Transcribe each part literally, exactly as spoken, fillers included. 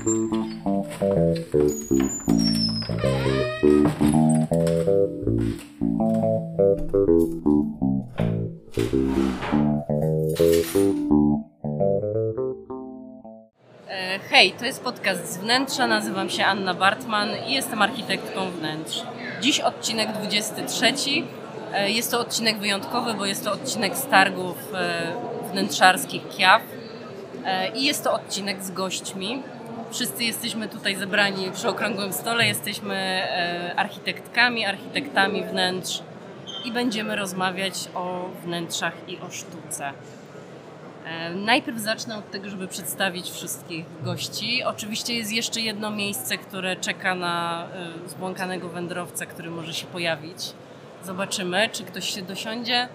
Hej, to jest podcast z wnętrza, nazywam się Anna Bartman i jestem architektką wnętrz. Dziś odcinek dwudziesty trzeci. Jest to odcinek wyjątkowy, bo jest to odcinek z targów wnętrzarskich K I A F i jest to odcinek z gośćmi. Wszyscy jesteśmy tutaj zebrani przy okrągłym stole, jesteśmy architektkami, architektami wnętrz i będziemy rozmawiać o wnętrzach i o sztuce. Najpierw zacznę od tego, żeby przedstawić wszystkich gości. Oczywiście jest jeszcze jedno miejsce, które czeka na zbłąkanego wędrowca, który może się pojawić. Zobaczymy, czy ktoś się dosiądzie.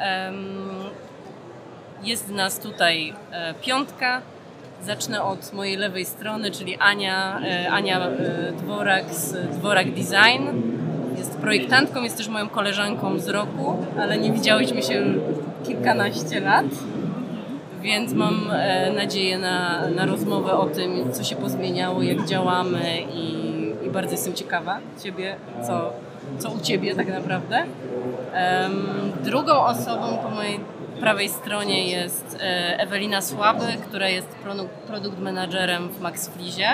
Jest nas tutaj piątka. Zacznę od mojej lewej strony, czyli Ania, Ania Dworak z Dworak Design. Jest projektantką, jest też moją koleżanką z roku, ale nie widziałyśmy się kilkanaście lat. Więc mam nadzieję na, na rozmowę o tym, co się pozmieniało, jak działamy i, i bardzo jestem ciekawa Ciebie, co, co u Ciebie tak naprawdę. Um, drugą osobą po mojej prawej stronie jest Ewelina Słaby, która jest produkt, produkt managerem w MaxFlizie.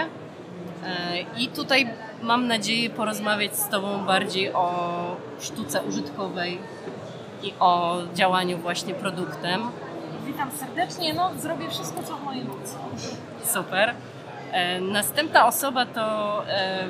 I tutaj mam nadzieję porozmawiać z Tobą bardziej o sztuce użytkowej i o działaniu właśnie produktem. Witam serdecznie, no zrobię wszystko, co w mojej mocy. Super. E, następna osoba to e,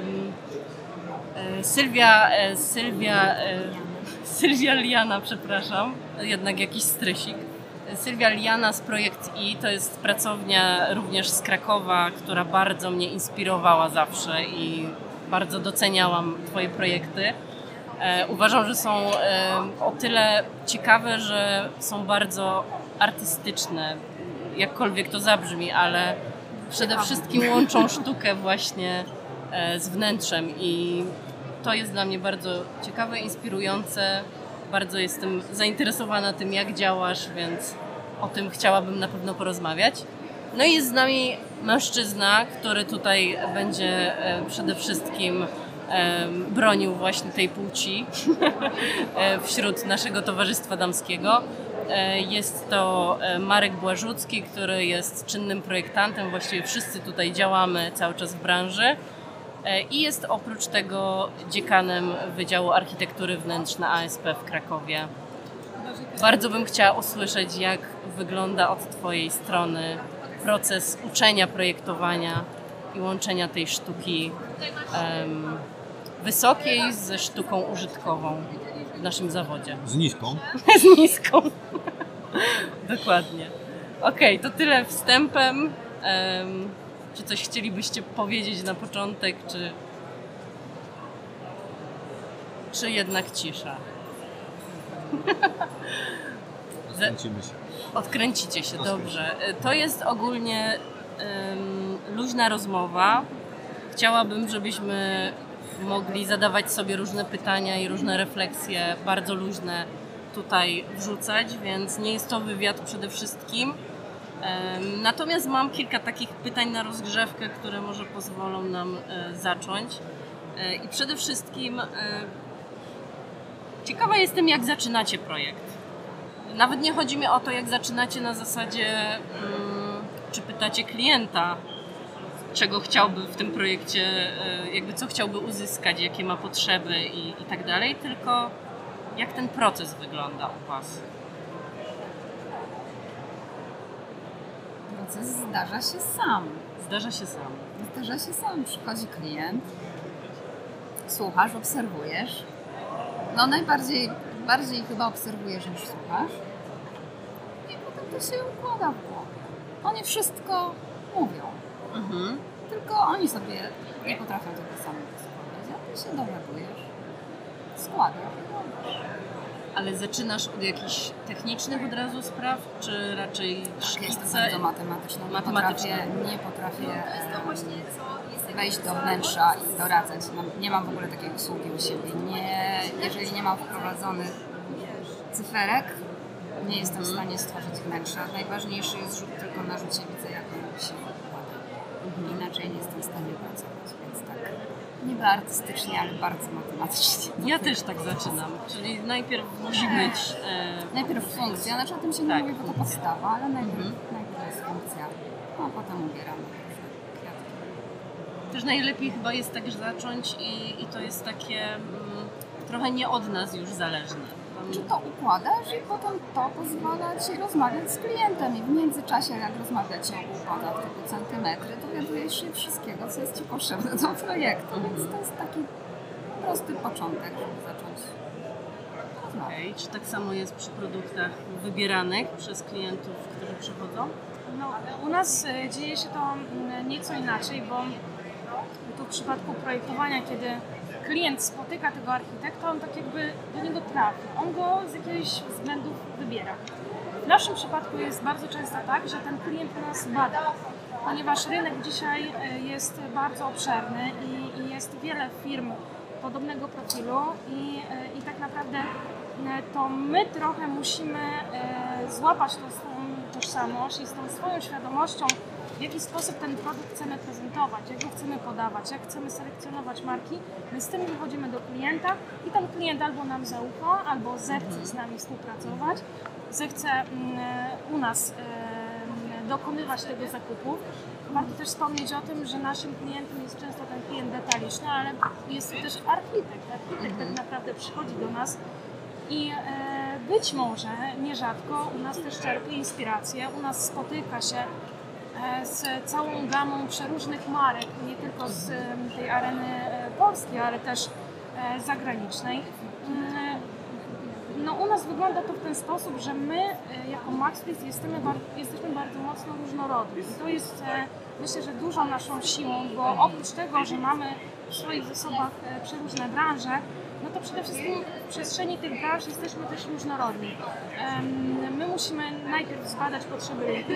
e, Sylwia, e, Sylwia, e, Sylwia Liana, przepraszam, jednak jakiś stresik. Sylwia Liana z Projekt I to jest pracownia również z Krakowa, która bardzo mnie inspirowała zawsze i bardzo doceniałam Twoje projekty. E, uważam, że są e, o tyle ciekawe, że są bardzo artystyczne, jakkolwiek to zabrzmi, ale przede wszystkim łączą sztukę właśnie z wnętrzem i to jest dla mnie bardzo ciekawe, inspirujące. Bardzo jestem zainteresowana tym, jak działasz, więc o tym chciałabym na pewno porozmawiać. No i jest z nami mężczyzna, który tutaj będzie przede wszystkim bronił właśnie tej płci wśród naszego towarzystwa damskiego. Jest to Marek Błażucki, który jest czynnym projektantem, właściwie wszyscy tutaj działamy cały czas w branży i jest oprócz tego dziekanem Wydziału Architektury Wnętrz na A S P w Krakowie. Bardzo bym chciała usłyszeć, jak wygląda od Twojej strony proces uczenia projektowania i łączenia tej sztuki um, wysokiej ze sztuką użytkową w naszym zawodzie. Z niską? Z niską. Dokładnie. Okej, okay, to tyle wstępem. Um, czy coś chcielibyście powiedzieć na początek, czy, czy jednak cisza? Odkręcimy się. Odkręcicie się, dobrze. To jest ogólnie um, luźna rozmowa. Chciałabym, żebyśmy mogli zadawać sobie różne pytania i różne refleksje, bardzo luźne tutaj wrzucać, więc nie jest to wywiad przede wszystkim. Natomiast mam kilka takich pytań na rozgrzewkę, które może pozwolą nam zacząć. I przede wszystkim ciekawa jestem, jak zaczynacie projekt. Nawet nie chodzi mi o to, jak zaczynacie na zasadzie, czy pytacie klienta, czego chciałby w tym projekcie, jakby co chciałby uzyskać, jakie ma potrzeby i, i tak dalej, tylko jak ten proces wygląda u Was? Proces zdarza się sam. Zdarza się sam. Zdarza się sam. Przychodzi klient, słuchasz, obserwujesz. No najbardziej bardziej chyba obserwujesz niż słuchasz. I potem to się układa w głowie. Oni wszystko mówią. Mhm. Tylko oni sobie nie potrafią tego samego powiedzieć, a ty się dowiadujesz, składasz. Ale zaczynasz od jakichś technicznych od razu spraw, czy raczej szkice? Jestem bardzo matematyczną. Nie potrafię, nie potrafię e, wejść do wnętrza i doradzać. Nie mam w ogóle takiej usługi u siebie. Nie, jeżeli nie mam wprowadzonych cyferek, nie jestem w stanie stworzyć wnętrza. Najważniejszy jest rzut tylko na rzucie, widzę jak on się układa. Mhm. Inaczej nie jestem w stanie pracować, więc tak niby artystycznie, ale bardzo matematycznie. Ja też tak zaczynam, czyli najpierw musi być... E, najpierw funkcja, znaczy o tym się nie tak, mówi, bo to podstawa, ale najpierw, Mhm. najpierw jest funkcja, no a potem ubieramy kwiatki. Też najlepiej chyba jest tak zacząć i, i to jest takie mm, trochę nie od nas już zależne. Czy to układasz i potem to pozwala Ci rozmawiać z klientem i w międzyczasie, jak rozmawiacie o układach typu centymetry, dowiadujesz się wszystkiego, co jest Ci potrzebne do projektu, więc to jest taki prosty początek, żeby zacząć rozmawiać. Okay. Czy tak samo jest przy produktach wybieranych przez klientów, którzy przychodzą? No, u nas e, dzieje się to mm, nieco inaczej, bo tu w przypadku projektowania, kiedy klient spotyka tego architekta, on tak jakby do niego trafi. On go z jakiegoś względów wybiera. W naszym przypadku jest bardzo często tak, że ten klient nas bada, ponieważ rynek dzisiaj jest bardzo obszerny i, i jest wiele firm podobnego profilu i, i tak naprawdę to my trochę musimy złapać tą swoją tożsamość i z tą swoją świadomością, w jaki sposób ten produkt chcemy prezentować, jak go chcemy podawać, jak chcemy selekcjonować marki. My z tym wychodzimy do klienta i ten klient albo nam zaufa, albo zechce z nami współpracować, zechce u nas dokonywać tego zakupu. Warto też wspomnieć o tym, że naszym klientem jest często ten klient detaliczny, ale jest też architekt. Architekt tak naprawdę przychodzi do nas i być może nierzadko u nas też czerpie inspirację, u nas spotyka się z całą gamą przeróżnych marek, nie tylko z tej areny polskiej, ale też zagranicznej. No, u nas wygląda to w ten sposób, że my jako Maxfreeze jesteśmy, jesteśmy bardzo mocno różnorodni. I to jest, myślę, że dużą naszą siłą, bo oprócz tego, że mamy w swoich zasobach przeróżne branże, no to przede wszystkim w przestrzeni tych branż jesteśmy też różnorodni. My musimy najpierw zbadać potrzeby rynku,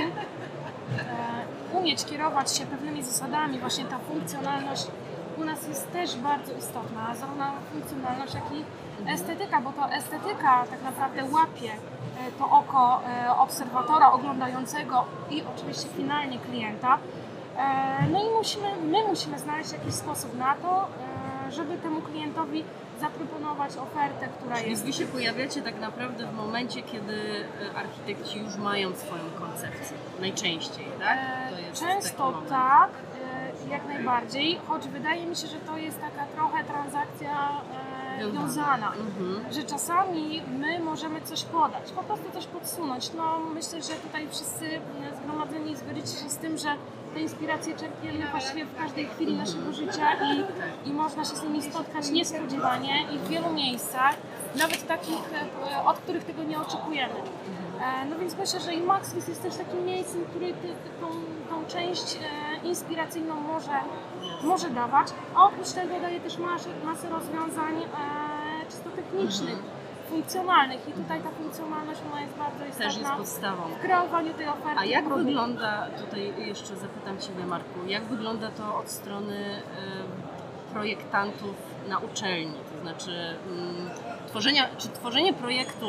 umieć kierować się pewnymi zasadami, właśnie ta funkcjonalność u nas jest też bardzo istotna, zarówno funkcjonalność, jak i estetyka, bo to estetyka tak naprawdę łapie to oko obserwatora oglądającego i oczywiście finalnie klienta. No i musimy, my musimy znaleźć jakiś sposób na to, żeby temu klientowi zaproponować ofertę, która Czyli jest... Wy się pojawiacie tak naprawdę w momencie, kiedy architekci już mają swoją koncepcję, najczęściej, tak? To jest Często taki tak, jak najbardziej, choć wydaje mi się, że to jest taka trochę transakcja e, wiązana, mhm. że czasami my możemy coś podać, po prostu coś podsunąć. No, myślę, że tutaj wszyscy zgromadzeni zgodzicie się z tym, że te inspiracje czerpiemy właściwie w każdej chwili mhm. naszego życia i, i można się z nimi spotkać niespodziewanie i w wielu miejscach, nawet takich, od których tego nie oczekujemy. No więc myślę, że i Maxfreeze jest też takim miejscem, który ty, ty, tą, tą część e, inspiracyjną może, może dawać, a oprócz tego daje też masę, masę rozwiązań e, czysto technicznych, funkcjonalnych i tutaj ta funkcjonalność ona jest bardzo istotna też jest podstawą w kreowaniu tej oferty. A jak produktu. wygląda, tutaj jeszcze zapytam Ciebie Marku, jak wygląda to od strony y, projektantów na uczelni, to znaczy y, tworzenia, czy tworzenie projektu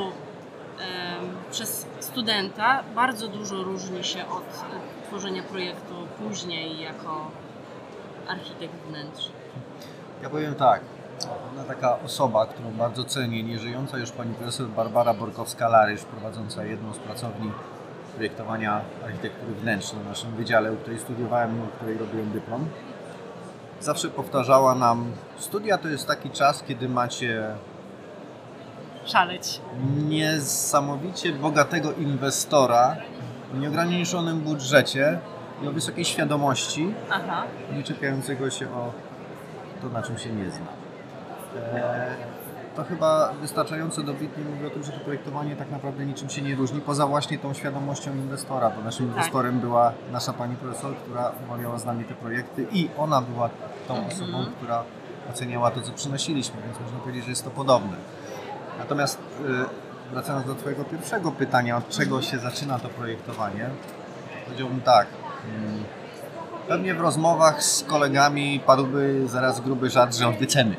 przez studenta bardzo dużo różni się od tworzenia projektu później jako architekt wnętrz? Ja powiem tak, jedna taka osoba, którą bardzo cenię, nieżyjąca już pani profesor Barbara Borkowska-Larysz, prowadząca jedną z pracowni projektowania architektury wnętrz na naszym wydziale, u której studiowałem, u której robiłem dyplom, zawsze powtarzała nam, studia to jest taki czas, kiedy macie szaleć. Niesamowicie bogatego inwestora o nieograniczonym budżecie i o wysokiej świadomości, Aha. nie czepiającego się o to, na czym się nie zna. E, to chyba wystarczająco dobitnie mówi o tym, że to projektowanie tak naprawdę niczym się nie różni, poza właśnie tą świadomością inwestora, bo naszym tak. inwestorem była nasza pani profesor, która omawiała z nami te projekty i ona była tą mm-hmm. osobą, która oceniała to, co przynosiliśmy, więc można powiedzieć, że jest to podobne. Natomiast wracając do Twojego pierwszego pytania, od czego się zaczyna to projektowanie, powiedziałbym tak, pewnie w rozmowach z kolegami padłby zaraz gruby żart, że od wyceny.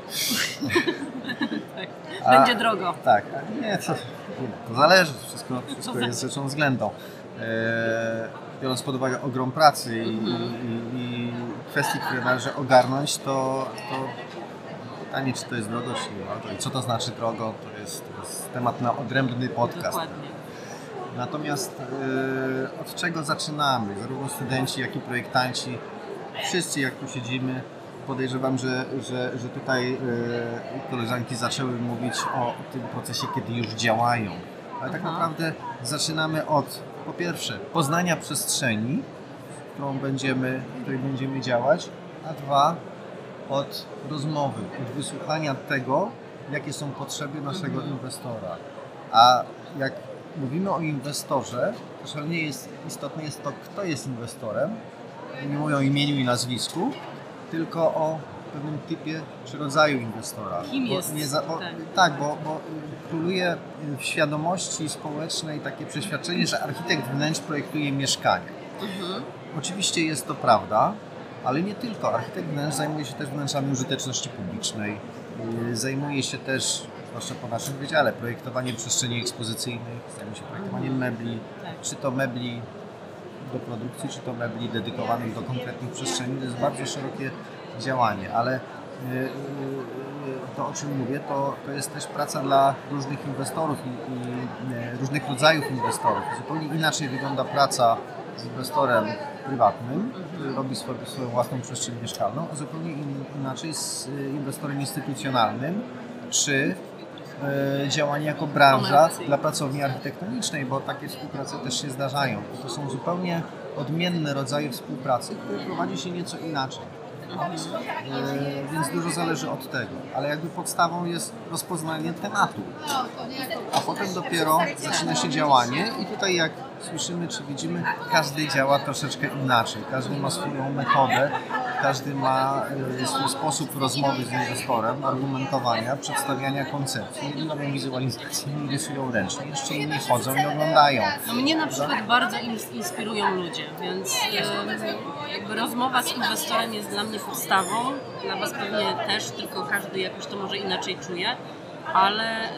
A, będzie drogo. Tak, a nie, to, to zależy, wszystko, wszystko jest rzeczą względną. biorąc pod uwagę ogrom pracy i, i, i kwestii, które należy ogarnąć, to, to pytanie, czy to jest drogo, czy nie drogo i co to znaczy drogo, to jest, to jest temat na odrębny podcast. Dokładnie. Natomiast yy, od czego zaczynamy? Zarówno studenci, jak i projektanci, wszyscy jak tu siedzimy, podejrzewam, że, że, że tutaj yy, koleżanki zaczęły mówić o tym procesie, kiedy już działają. Ale tak Aha. naprawdę zaczynamy od, po pierwsze, poznania przestrzeni, którą będziemy, w której będziemy działać, a dwa, od rozmowy, od wysłuchania tego, jakie są potrzeby naszego inwestora. A jak mówimy o inwestorze, to szalenie jest istotne jest to, kto jest inwestorem, nie mówię o imieniu i nazwisku, tylko o pewnym typie czy rodzaju inwestora. Kim Bo jest nie za, bo, ten? tak, bo, bo króluje w świadomości społecznej takie przeświadczenie, że architekt wnętrz projektuje mieszkanie. Mhm. Oczywiście jest to prawda, ale nie tylko. Architekt wnętrz zajmuje się też wnętrzami użyteczności publicznej. Yy, Zajmuje się też, zwłaszcza po naszym wydziale, projektowaniem przestrzeni ekspozycyjnych, zajmuje się projektowaniem mebli, Tak. czy to mebli do produkcji, czy to mebli dedykowanych do konkretnych przestrzeni. To jest bardzo szerokie działanie, ale yy, yy, to, o czym mówię, to, to jest też praca dla różnych inwestorów i, i yy, różnych rodzajów inwestorów. Zupełnie inaczej wygląda praca z inwestorem prywatnym, który robi swoją, swoją własną przestrzeń mieszkalną, a zupełnie in, inaczej z y, inwestorem instytucjonalnym, czy y, działanie jako branża Komercyjny. dla pracowni architektonicznej, bo takie współprace też się zdarzają. I to są zupełnie odmienne rodzaje współpracy, które prowadzi się nieco inaczej. Y, więc dużo zależy od tego, ale jakby podstawą jest rozpoznanie tematu, a potem dopiero zaczyna się działanie i tutaj jak słyszymy czy widzimy, każdy działa troszeczkę inaczej, każdy ma swoją metodę, każdy ma y, swój sposób rozmowy z inwestorem, argumentowania, przedstawiania koncepcji. Jedni robią wizualizację, inni rysują ręcznie, jeszcze inni chodzą i oglądają. No mnie na przykład bardzo ins- inspirują ludzie, więc em, jakby rozmowa z inwestorem jest dla mnie podstawą, dla Was pewnie też, tylko każdy jakoś to może inaczej czuje, ale em,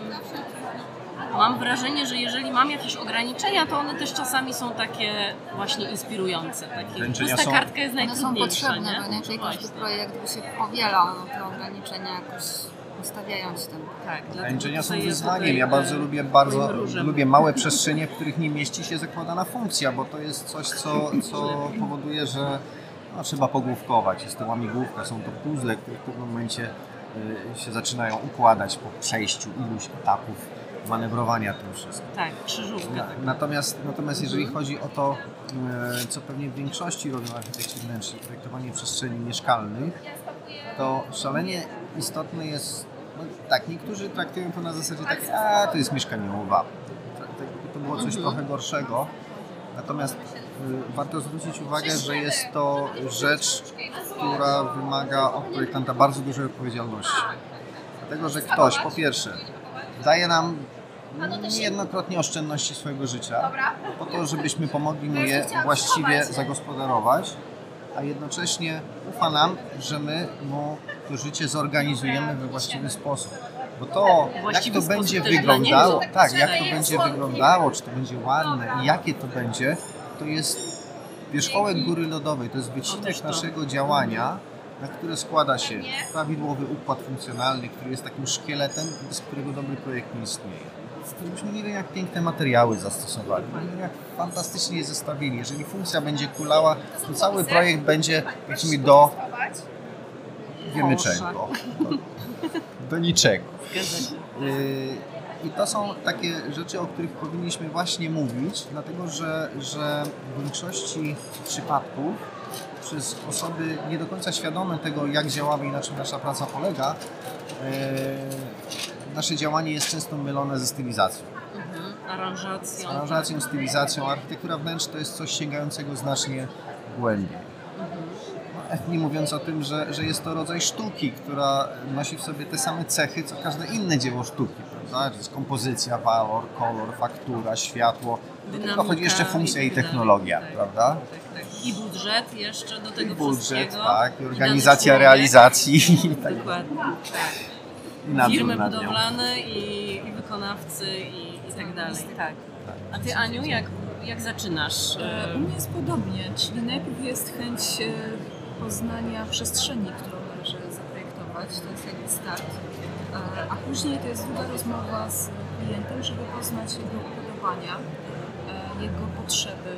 mam wrażenie, że jeżeli mam jakieś ograniczenia, to one też czasami są takie właśnie inspirujące. Takie, Ograniczenia pusta są- kartka jest One są najtrudniejsza, potrzebne, nie? bo inaczej każdy Właśnie. projekt by się powielał, no te ograniczenia jakoś ustawiają się tym. Tak, dlatego Ograniczenia są tutaj ja wyzwaniem. tutaj, Ja bardzo e, lubię bardzo moim różem. lubię małe przestrzenie, w których nie mieści się zakładana funkcja, bo to jest coś, co, co powoduje, że no, trzeba pogłówkować. Jest to łamigłówka, są to puzzle, które w pewnym momencie y, się zaczynają układać po przejściu iluś etapów manewrowania tym wszystkim. Tak, krzyżówka. Na, taka. natomiast, natomiast jeżeli chodzi o to, e, co pewnie w większości robią architekci wnętrzni, projektowanie przestrzeni mieszkalnych, to szalenie istotne jest, no, tak, niektórzy traktują to na zasadzie tak, a to jest mieszkaniowa. To, to, to było coś trochę gorszego. Natomiast y, warto zwrócić uwagę, że jest to rzecz, która wymaga od projektanta bardzo dużej odpowiedzialności. Dlatego, że ktoś po pierwsze daje nam niejednokrotnie oszczędności swojego życia po to, żebyśmy pomogli mu je właściwie zagospodarować, a jednocześnie ufa nam, że my mu to życie zorganizujemy we właściwy sposób. Bo to, jak Właściwy to sposób będzie też dla wyglądało, niego. tak, jak to Tak. będzie wyglądało, czy to będzie ładne i jakie to będzie, to jest wierzchołek góry lodowej, to jest wycinek Otóż to. naszego działania, na które składa się prawidłowy układ funkcjonalny, który jest takim szkieletem, bez którego dobry projekt nie istnieje. Gdybyśmy nie wiem, jak piękne materiały zastosowali, nie wiem, jak fantastycznie je zestawili. Jeżeli funkcja będzie kulała, to cały projekt będzie jakimi do wiemy Kosza. czego. Do, do niczego. Zgadza się. Yy, I to są takie rzeczy, o których powinniśmy właśnie mówić, dlatego że, że w większości przypadków przez osoby nie do końca świadome tego, jak działamy i na czym nasza praca polega, yy, nasze działanie jest często mylone ze stylizacją. Mhm. Aranżacją. Aranżacją, stylizacją, architektura wnętrz to jest coś sięgającego znacznie głębiej. No, nie mówiąc o tym, że, że jest to rodzaj sztuki, która nosi w sobie te same cechy, co każde inne dzieło sztuki, prawda? To jest kompozycja, walor, kolor, faktura, światło. Do tego Dynamika chodzi jeszcze funkcja i tak dalej. technologia, Tak, prawda? Tak, tak. I budżet jeszcze do tego I budżet, wszystkiego. tak, i I organizacja dany człowiek. realizacji i tak Dokładnie, tak. i nadzór Firmy nad nią. budowlane i, i wykonawcy i, i tak dalej. Tak. A Ty, Aniu, jak, jak zaczynasz? U mnie jest podobnie, czyli najpierw jest chęć poznania przestrzeni, którą należy zaprojektować, to jest jakby start, a później to jest długa rozmowa z klientem, żeby poznać jego upodobania, jego potrzeby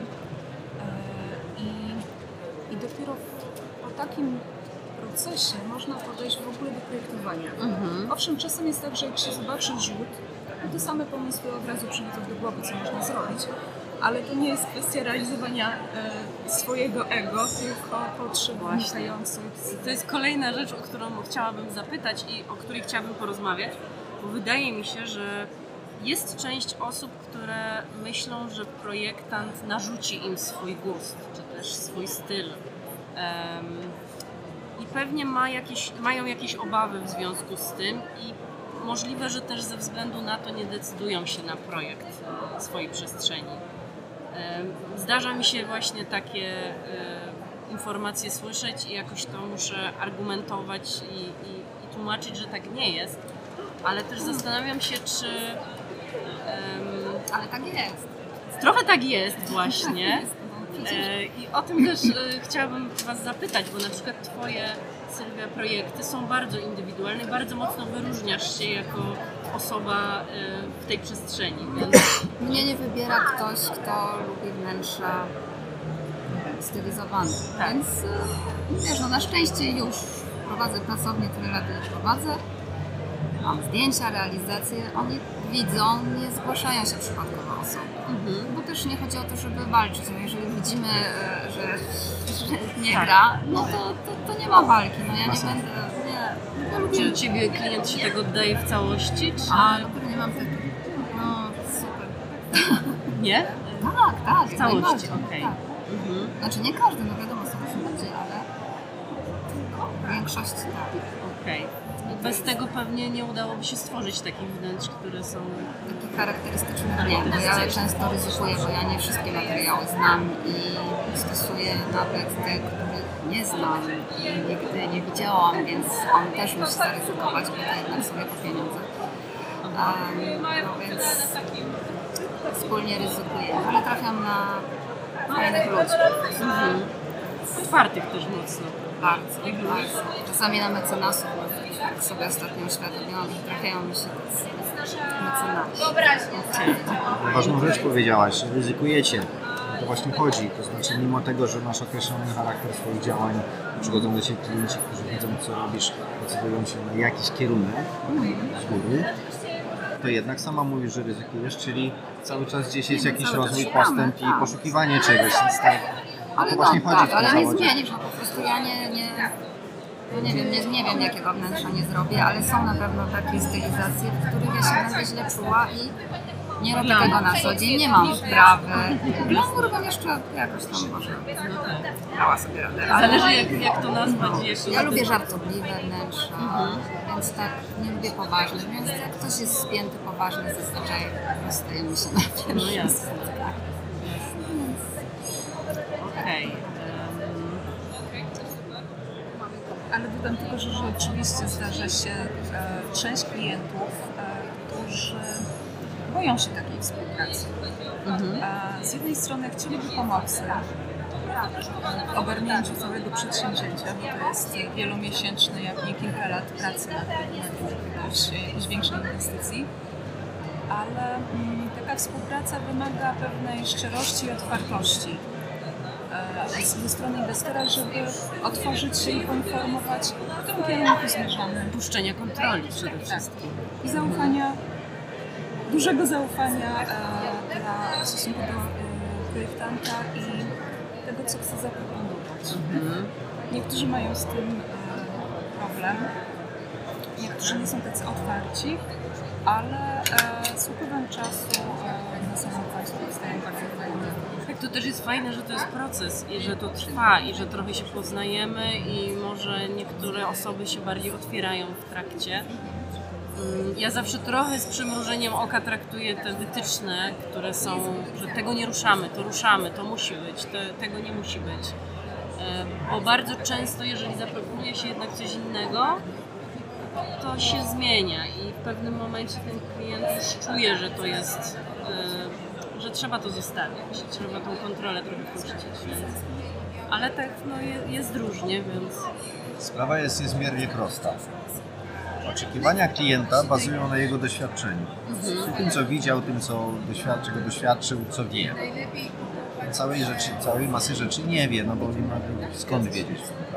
i, i dopiero po takim procesie można podejść w ogóle do projektowania. Mhm. Owszem, czasem jest tak, że jak się zobaczy rzut, to same pomysły od razu przychodzą do głowy, co można zrobić, ale to nie jest kwestia realizowania e, swojego ego, tylko potrzeb wynikających. To jest kolejna rzecz, o którą chciałabym zapytać i o której chciałabym porozmawiać, bo wydaje mi się, że jest część osób, które myślą, że projektant narzuci im swój gust, czy też swój styl. Um, I pewnie ma jakieś, mają jakieś obawy w związku z tym i możliwe, że też ze względu na to nie decydują się na projekt swojej przestrzeni. Zdarza mi się właśnie takie informacje słyszeć i jakoś to muszę argumentować i, i, i tłumaczyć, że tak nie jest, ale też zastanawiam się, czy... Um, ale tak jest. Trochę tak jest właśnie. I o tym też chciałabym Was zapytać, bo na przykład Twoje, Sylwia, projekty są bardzo indywidualne, bardzo mocno wyróżniasz się jako osoba w tej przestrzeni. Więc... Mnie nie wybiera ktoś, kto lubi wnętrza stylizowane. Tak. Więc wiesz, no na szczęście już prowadzę pracownię, tyle lat już prowadzę. Mam zdjęcia, realizacje. Oni widzą, nie zgłaszają się przypadkowo osoby. Mhm. Bo też nie chodzi o to, żeby walczyć. No jeżeli widzimy, że, że nie tak. gra, no to, to, to nie ma walki. No ja nie będę... Nie, nie lubię. Czy Ciebie klient się tego oddaje w całości? Czy... A, no nie mam tego. No, super. Nie? Tak, tak. W całości, okej. Okay. Tak. Mhm. Znaczy nie każdy, no wiadomo, są różne ludzie, ale w większości tak. Okej. Okay. Bez tego pewnie nie udałoby się stworzyć takich wnętrz, które są... Takich charakterystycznych nie, bo ja często ryzykuję, bo ja nie wszystkie materiały znam i stosuję nawet te, których nie znam i nigdy nie widziałam, więc on też musi zaryzykować, bo to jednak są jego pieniądze. Um, no więc wspólnie ryzykujemy, ale trafiam na fajnych ludzi. Mhm. Otwartych też mocno. Bardzo, bardzo. Czasami na mecenasów, jak sobie ostatnio uświadomiłam, że trafiają mi się mecenasi. Ważną rzecz powiedziałaś, ryzykujecie. To właśnie chodzi. To znaczy, mimo tego, że masz określony charakter swoich działań, przychodzą do Ciebie klienci, którzy widzą, co robisz, decydują się na jakiś kierunek z góry, to jednak sama mówisz, że ryzykujesz, czyli cały czas gdzieś jest jakiś rozwój, postęp i poszukiwanie czegoś. Ale to właśnie tak, chodzi tak, w ale nie zawodzie. zmienisz, no po prostu ja nie, nie, no nie wiem, nie, nie wiem jakiego wnętrza nie zrobię, ale są na pewno takie stylizacje, w których ja się będę źle czuła i nie robię tego na co dzień, nie mam wprawy. Glamour bym jeszcze jakoś tam może dała sobie radę. Ale zależy jak, jak to nazwać. Jak ja lubię żartobliwe wnętrza, mhm. więc tak nie lubię poważnych, więc jak ktoś jest spięty poważny, zazwyczaj rozstaje mi się na pierwszy. No jasne. Okej. Okay. Ale dodam tylko, że rzeczywiście zdarza się e, część klientów, e, którzy boją się takiej współpracy. Mhm. E, z jednej strony chcieliby pomocy w ogarnięciu całego przedsięwzięcia, bo to jest wielomiesięczny, jak nie kilka lat pracy nad jakiegoś, jakiejś większej inwestycji. Ale mm, taka współpraca wymaga pewnej szczerości i otwartości ze strony inwestora, żeby otworzyć się i poinformować, w którym kierunku zmierzamy. Puszczenia kontroli przede wszystkim. I zaufania, dużego zaufania e, dla, w stosunku do e, projektanta i tego, co chce zaproponować. Mhm. Niektórzy mają z tym e, problem, niektórzy nie są tacy otwarci, ale e, z upływem czasu e, na samym Państwu stają bardzo fajne. Tak, to też jest fajne, że to jest proces i że to trwa i że trochę się poznajemy i może niektóre osoby się bardziej otwierają w trakcie. Ja zawsze trochę z przymrużeniem oka traktuję te wytyczne, które są, że tego nie ruszamy, to ruszamy, to musi być, te, tego nie musi być. Bo bardzo często, jeżeli zaproponuje się jednak coś innego, to się zmienia i w pewnym momencie ten klient już czuje, że to jest, że trzeba to zostawić, trzeba tą kontrolę trochę puścić. Ale tak no, je, jest różnie, więc... Sprawa jest niezmiernie prosta. Oczekiwania klienta bazują na jego doświadczeniu. Mhm. Tym, co widział, tym, co doświadczył, czego doświadczył, co wie. Całej rzeczy, całej masy rzeczy nie wie, no bo nie ma skąd wiedzieć.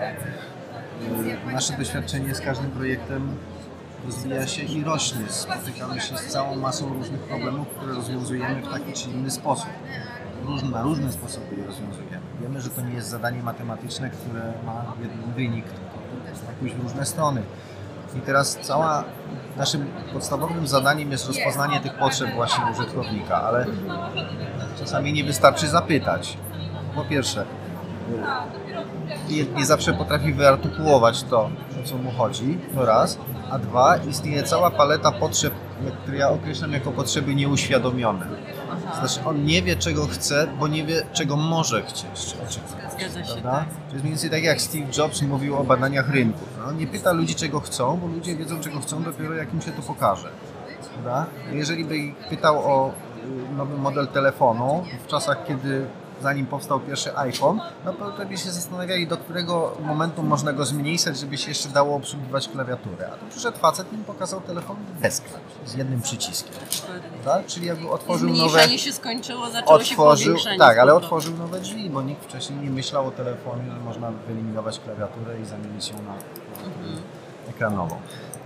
Nasze doświadczenie z każdym projektem rozwija się i rośnie. Spotykamy się z całą masą różnych problemów, które rozwiązujemy w taki czy inny sposób. Różne, na różne sposoby je rozwiązujemy. Wiemy, że to nie jest zadanie matematyczne, które ma jeden wynik, tylko pójść w różne strony. I teraz cała naszym podstawowym zadaniem jest rozpoznanie tych potrzeb właśnie użytkownika, ale czasami nie wystarczy zapytać. Po pierwsze, klient nie zawsze potrafi wyartykułować to, o co mu chodzi, to raz, a dwa, istnieje cała paleta potrzeb, które ja określam jako potrzeby nieuświadomione. Znaczy on nie wie, czego chce, bo nie wie, czego może chcieć. Zgadza się, prawda? tak. To jest mniej więcej tak, jak Steve Jobs mówił o badaniach rynków. No, on nie pyta ludzi, czego chcą, bo ludzie wiedzą, czego chcą dopiero jak im się to pokaże. Prawda? Jeżeli by ich pytał o nowy model telefonu w czasach, kiedy zanim powstał pierwszy iPhone, no to, to by się zastanawiali, do którego momentu można go zmniejszać, żeby się jeszcze dało obsługiwać klawiaturę. A tu przyszedł facet i im pokazał telefon bez klawisz, z jednym przyciskiem. Tak? Czyli jakby otworzył nowe... Zmniejszenie się skończyło, zaczęło otworzył, się powiększenie. Tak, ale otworzył nowe drzwi, bo nikt wcześniej nie myślał o telefonie, że można wyeliminować klawiaturę i zamienić ją na mhm. ekranową.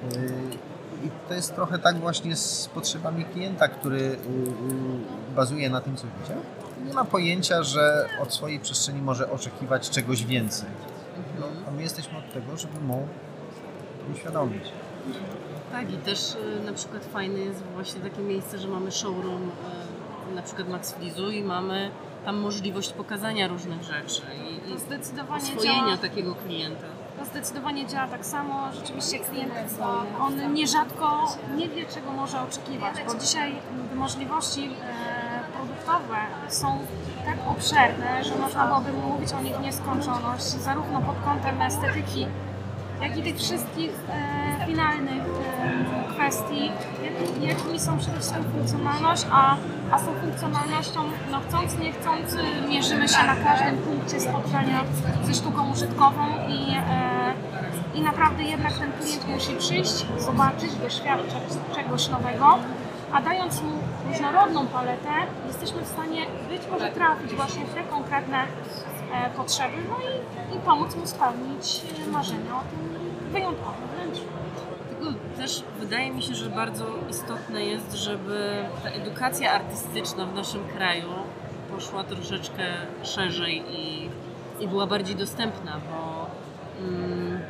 I to jest trochę tak właśnie z potrzebami klienta, który bazuje na tym, co widział. Nie ma pojęcia, że od swojej przestrzeni może oczekiwać czegoś więcej. No, a my jesteśmy od tego, żeby mu uświadomić. Tak, i też y, na przykład fajne jest właśnie takie miejsce, że mamy showroom y, na przykład Max Frizu i mamy tam możliwość pokazania różnych rzeczy i, i zdecydowanie oswojenia działa, takiego klienta. to zdecydowanie działa tak samo. Rzeczywiście klient, on nierzadko nie wie, czego może oczekiwać, bo dzisiaj możliwości e, produktowe są tak obszerne, że można byłoby mówić o nich w nieskończoność, zarówno pod kątem estetyki, jak i tych wszystkich e, finalnych e, kwestii, jak, jakimi są przede wszystkim funkcjonalność, a, a z tą funkcjonalnością, no chcąc, nie chcąc, mierzymy się na każdym punkcie spotkania ze sztuką użytkową i, e, i naprawdę jednak ten klient musi przyjść, zobaczyć, doświadczyć czegoś nowego, a dając mu różnorodną paletę, jesteśmy w stanie być może trafić właśnie w te konkretne e, potrzeby, no i, i pomóc mu spełnić marzenia o tym wyjątkowym wnętrzu. Tylko też wydaje mi się, że bardzo istotne jest, żeby ta edukacja artystyczna w naszym kraju poszła troszeczkę szerzej i, i była bardziej dostępna, bo mm,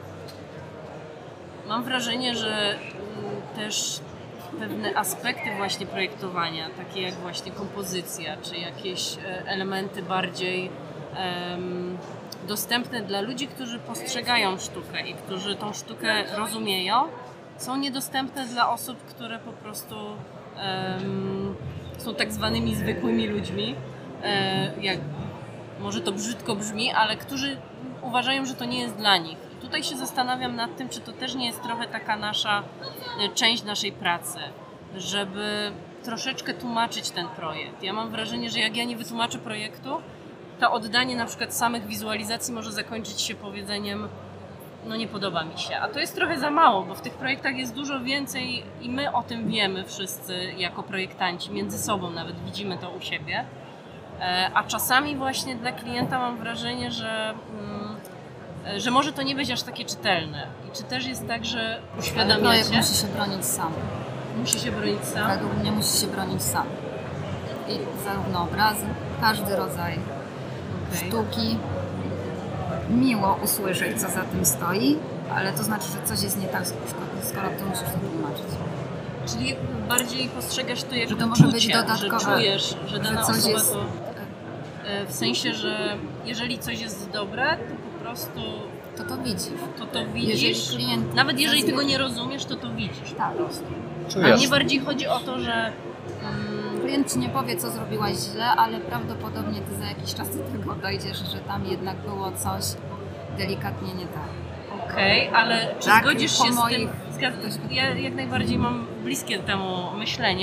mam wrażenie, że mm, też pewne aspekty właśnie projektowania, takie jak właśnie kompozycja, czy jakieś elementy bardziej um, dostępne dla ludzi, którzy postrzegają sztukę i którzy tą sztukę rozumieją, są niedostępne dla osób, które po prostu um, są tak zwanymi zwykłymi ludźmi. E, jak, może to brzydko brzmi, ale którzy uważają, że to nie jest dla nich. I tutaj się zastanawiam nad tym, czy to też nie jest trochę taka nasza część naszej pracy, żeby troszeczkę tłumaczyć ten projekt. Ja mam wrażenie, że jak ja nie wytłumaczę projektu, to oddanie na przykład samych wizualizacji może zakończyć się powiedzeniem, no nie podoba mi się. A to jest trochę za mało, bo w tych projektach jest dużo więcej i my o tym wiemy wszyscy jako projektanci, między sobą nawet widzimy to u siebie. A czasami właśnie dla klienta mam wrażenie, że, że może to nie być aż takie czytelne. I czy też jest tak, że uświadamiacie? Projekt musi się bronić sam. Musi się bronić sam? Według mnie musi się bronić sam. I zarówno obrazy, każdy rodzaj okay. sztuki. Miło usłyszeć, co za tym stoi, ale to znaczy, że coś jest nie tak, skoro ty musisz to tłumaczyć. Czyli bardziej postrzegasz to jako że to może czucie, być dodatkowe, że czujesz, że dana że osoba jest... to... W sensie, że jeżeli coś jest dobre, to po prostu... To to widzisz. To to widzisz. Jeżeli klient Nawet jeżeli tego nie rozumiesz, to to widzisz tak. po prostu. Czujesz. A mnie bardziej chodzi o to, że... Um... Klient ci nie powie, co zrobiłaś źle, ale prawdopodobnie ty za jakiś czas do tego dojdziesz, że tam jednak było coś delikatnie nie tak. Okej, okay, ale czy tak, zgodzisz się moich... z tym? Ja jak najbardziej mam bliskie temu myślenie,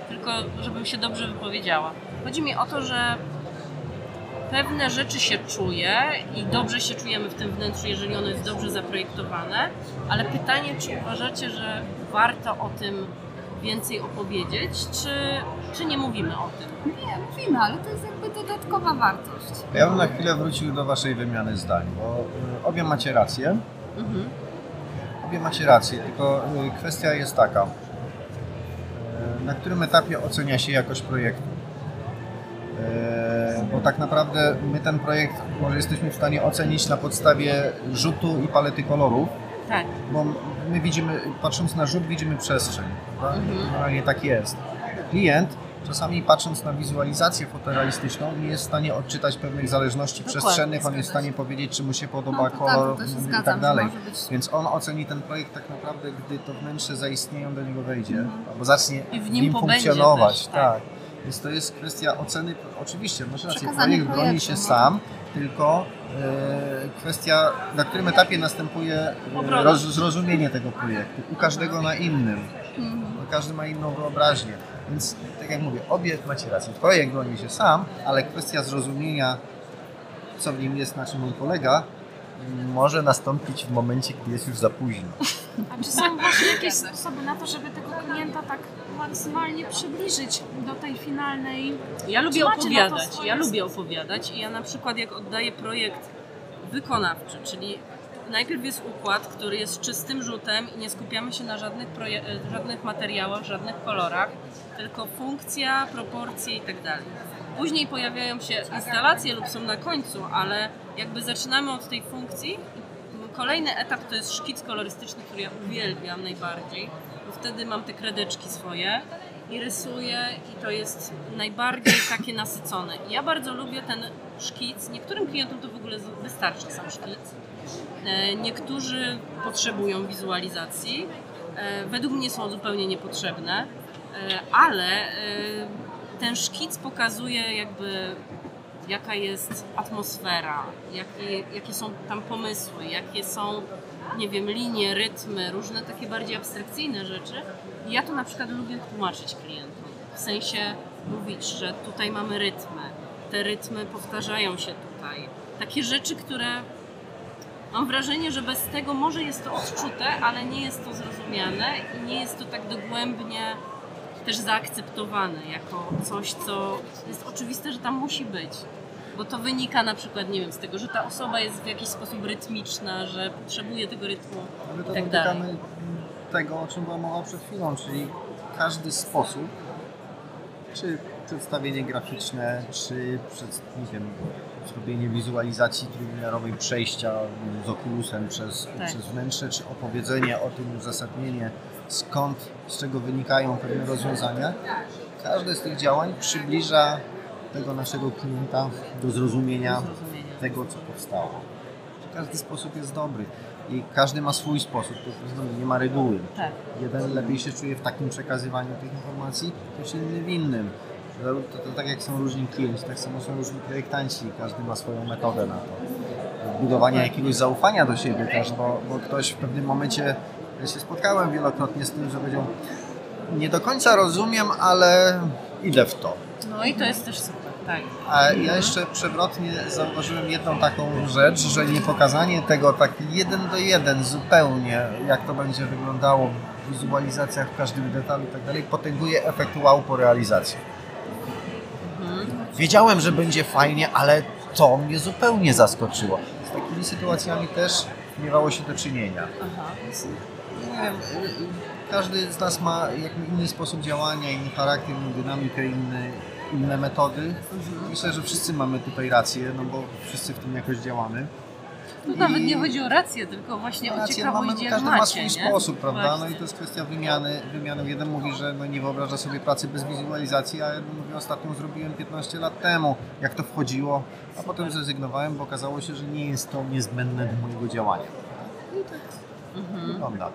tylko żebym się dobrze wypowiedziała. Chodzi mi o to, że pewne rzeczy się czuje i dobrze się czujemy w tym wnętrzu, jeżeli ono jest dobrze zaprojektowane, ale pytanie, czy uważacie, że warto o tym więcej opowiedzieć, czy, czy nie mówimy o tym? Nie, mówimy, ale to jest jakby dodatkowa wartość. Ja bym na chwilę wrócił do waszej wymiany zdań, bo y, obie macie rację. Mhm. Obie macie rację, tylko y, kwestia jest taka, y, na którym etapie ocenia się jakość projektu. Y, bo tak naprawdę my ten projekt może jesteśmy w stanie ocenić na podstawie rzutu i palety kolorów, Tak. bo my widzimy, patrząc na rzut, widzimy przestrzeń. Prawda? Generalnie tak jest. Klient, czasami patrząc na wizualizację fotorealistyczną, nie jest w stanie odczytać pewnych zależności Dokładnie, przestrzennych, on jest w stanie powiedzieć, czy mu się podoba No to kolor tak, to się i zgadzam, tak dalej. że może być- Więc on oceni ten projekt tak naprawdę, gdy to wnętrze zaistnieje, on do niego wejdzie, albo zacznie I w w nim nim pobędzie funkcjonować. też, tak. tak. Więc to jest kwestia oceny, oczywiście, masz rację, Przekazanie projekt broni projektu, się no. sam, tylko e, kwestia, na którym etapie następuje e, Obrona. roz, zrozumienie tego projektu. U każdego na innym. Mhm. Bo każdy ma inną wyobraźnię. Więc tak jak mówię, obie macie rację. Projekt broni się sam, ale kwestia zrozumienia, co w nim jest, na czym on polega, może nastąpić w momencie, gdy jest już za późno. A czy są właśnie jakieś sposoby na to, żeby tego klienta tak maksymalnie przybliżyć do tej finalnej... Ja lubię Czy macie na to opowiadać, swoje ja lubię sposoby? opowiadać i ja na przykład jak oddaję projekt wykonawczy, czyli najpierw jest układ, który jest czystym rzutem i nie skupiamy się na żadnych, proje- żadnych materiałach, żadnych kolorach, tylko funkcja, proporcje i tak dalej. Później pojawiają się instalacje lub są na końcu, ale jakby zaczynamy od tej funkcji. Kolejny etap to jest szkic kolorystyczny, który ja uwielbiam najbardziej, bo wtedy mam te kredeczki swoje i rysuję i to jest najbardziej takie nasycone. I ja bardzo lubię ten szkic. Niektórym klientom to w ogóle wystarcza sam szkic. E, Niektórzy potrzebują wizualizacji. E, Według mnie są zupełnie niepotrzebne, e, ale e, ten szkic pokazuje jakby jaka jest atmosfera, jakie, jakie są tam pomysły, jakie są, nie wiem, linie, rytmy, różne takie bardziej abstrakcyjne rzeczy. I ja to na przykład lubię tłumaczyć klientom. W sensie mówić, że tutaj mamy rytmy, te rytmy powtarzają się tutaj. Takie rzeczy, które mam wrażenie, że bez tego może jest to odczute, ale nie jest to zrozumiane i nie jest to tak dogłębnie też zaakceptowane jako coś, co jest oczywiste, że tam musi być. Bo to wynika na przykład, nie wiem, z tego, że ta osoba jest w jakiś sposób rytmiczna, że potrzebuje tego rytmu My to i tak dalej. dotykamy tego, o czym była mowa przed chwilą, czyli każdy sposób, czy przedstawienie graficzne, czy przed, nie wiem, zrobienie wizualizacji trójwymiarowej przejścia z okulusem przez, Tak. przez wnętrze, czy opowiedzenie o tym, uzasadnienie skąd, z czego wynikają pewne rozwiązania. Każde z tych działań przybliża tego naszego klienta do zrozumienia Do zrozumienia. tego, co powstało. Każdy sposób jest dobry i każdy ma swój sposób, to jest, nie ma reguły. Tak. Jeden lepiej się czuje w takim przekazywaniu tych informacji, ktoś inny w innym. To, to, to tak jak są różni klienci, tak samo są różni projektanci, każdy ma swoją metodę na to. Budowania jakiegoś zaufania do siebie też, bo, bo ktoś w pewnym momencie, ja się spotkałem wielokrotnie z tym, że powiedział, nie do końca rozumiem, ale idę w to. No i to jest też super, tak. A ja jeszcze przewrotnie zauważyłem jedną taką rzecz, że nie pokazanie tego tak jeden do jeden zupełnie, jak to będzie wyglądało w wizualizacjach, w każdym detalu i tak dalej, potęguje efekt wow po realizacji. Wiedziałem, że będzie fajnie, ale to mnie zupełnie zaskoczyło. Z takimi sytuacjami też miewało się do czynienia. Aha. Nie wiem, każdy z nas ma jakby inny sposób działania, inny charakter, inną dynamikę, inny, inne metody. Myślę, że wszyscy mamy tutaj rację, no bo wszyscy w tym jakoś działamy. Tu I- nawet nie chodzi o rację, tylko właśnie o Rację ciekawość, mamy, jak każdy macie, ma swój nie? sposób, prawda? No Właśnie. i to jest kwestia wymiany. wymiany. Jeden mówi, że no nie wyobraża sobie pracy bez wizualizacji, a jeden mówi, ostatnią zrobiłem piętnaście lat temu, jak to wchodziło, a potem zrezygnowałem, bo okazało się, że nie jest to niezbędne do mojego działania. I tak Mhm. wygląda.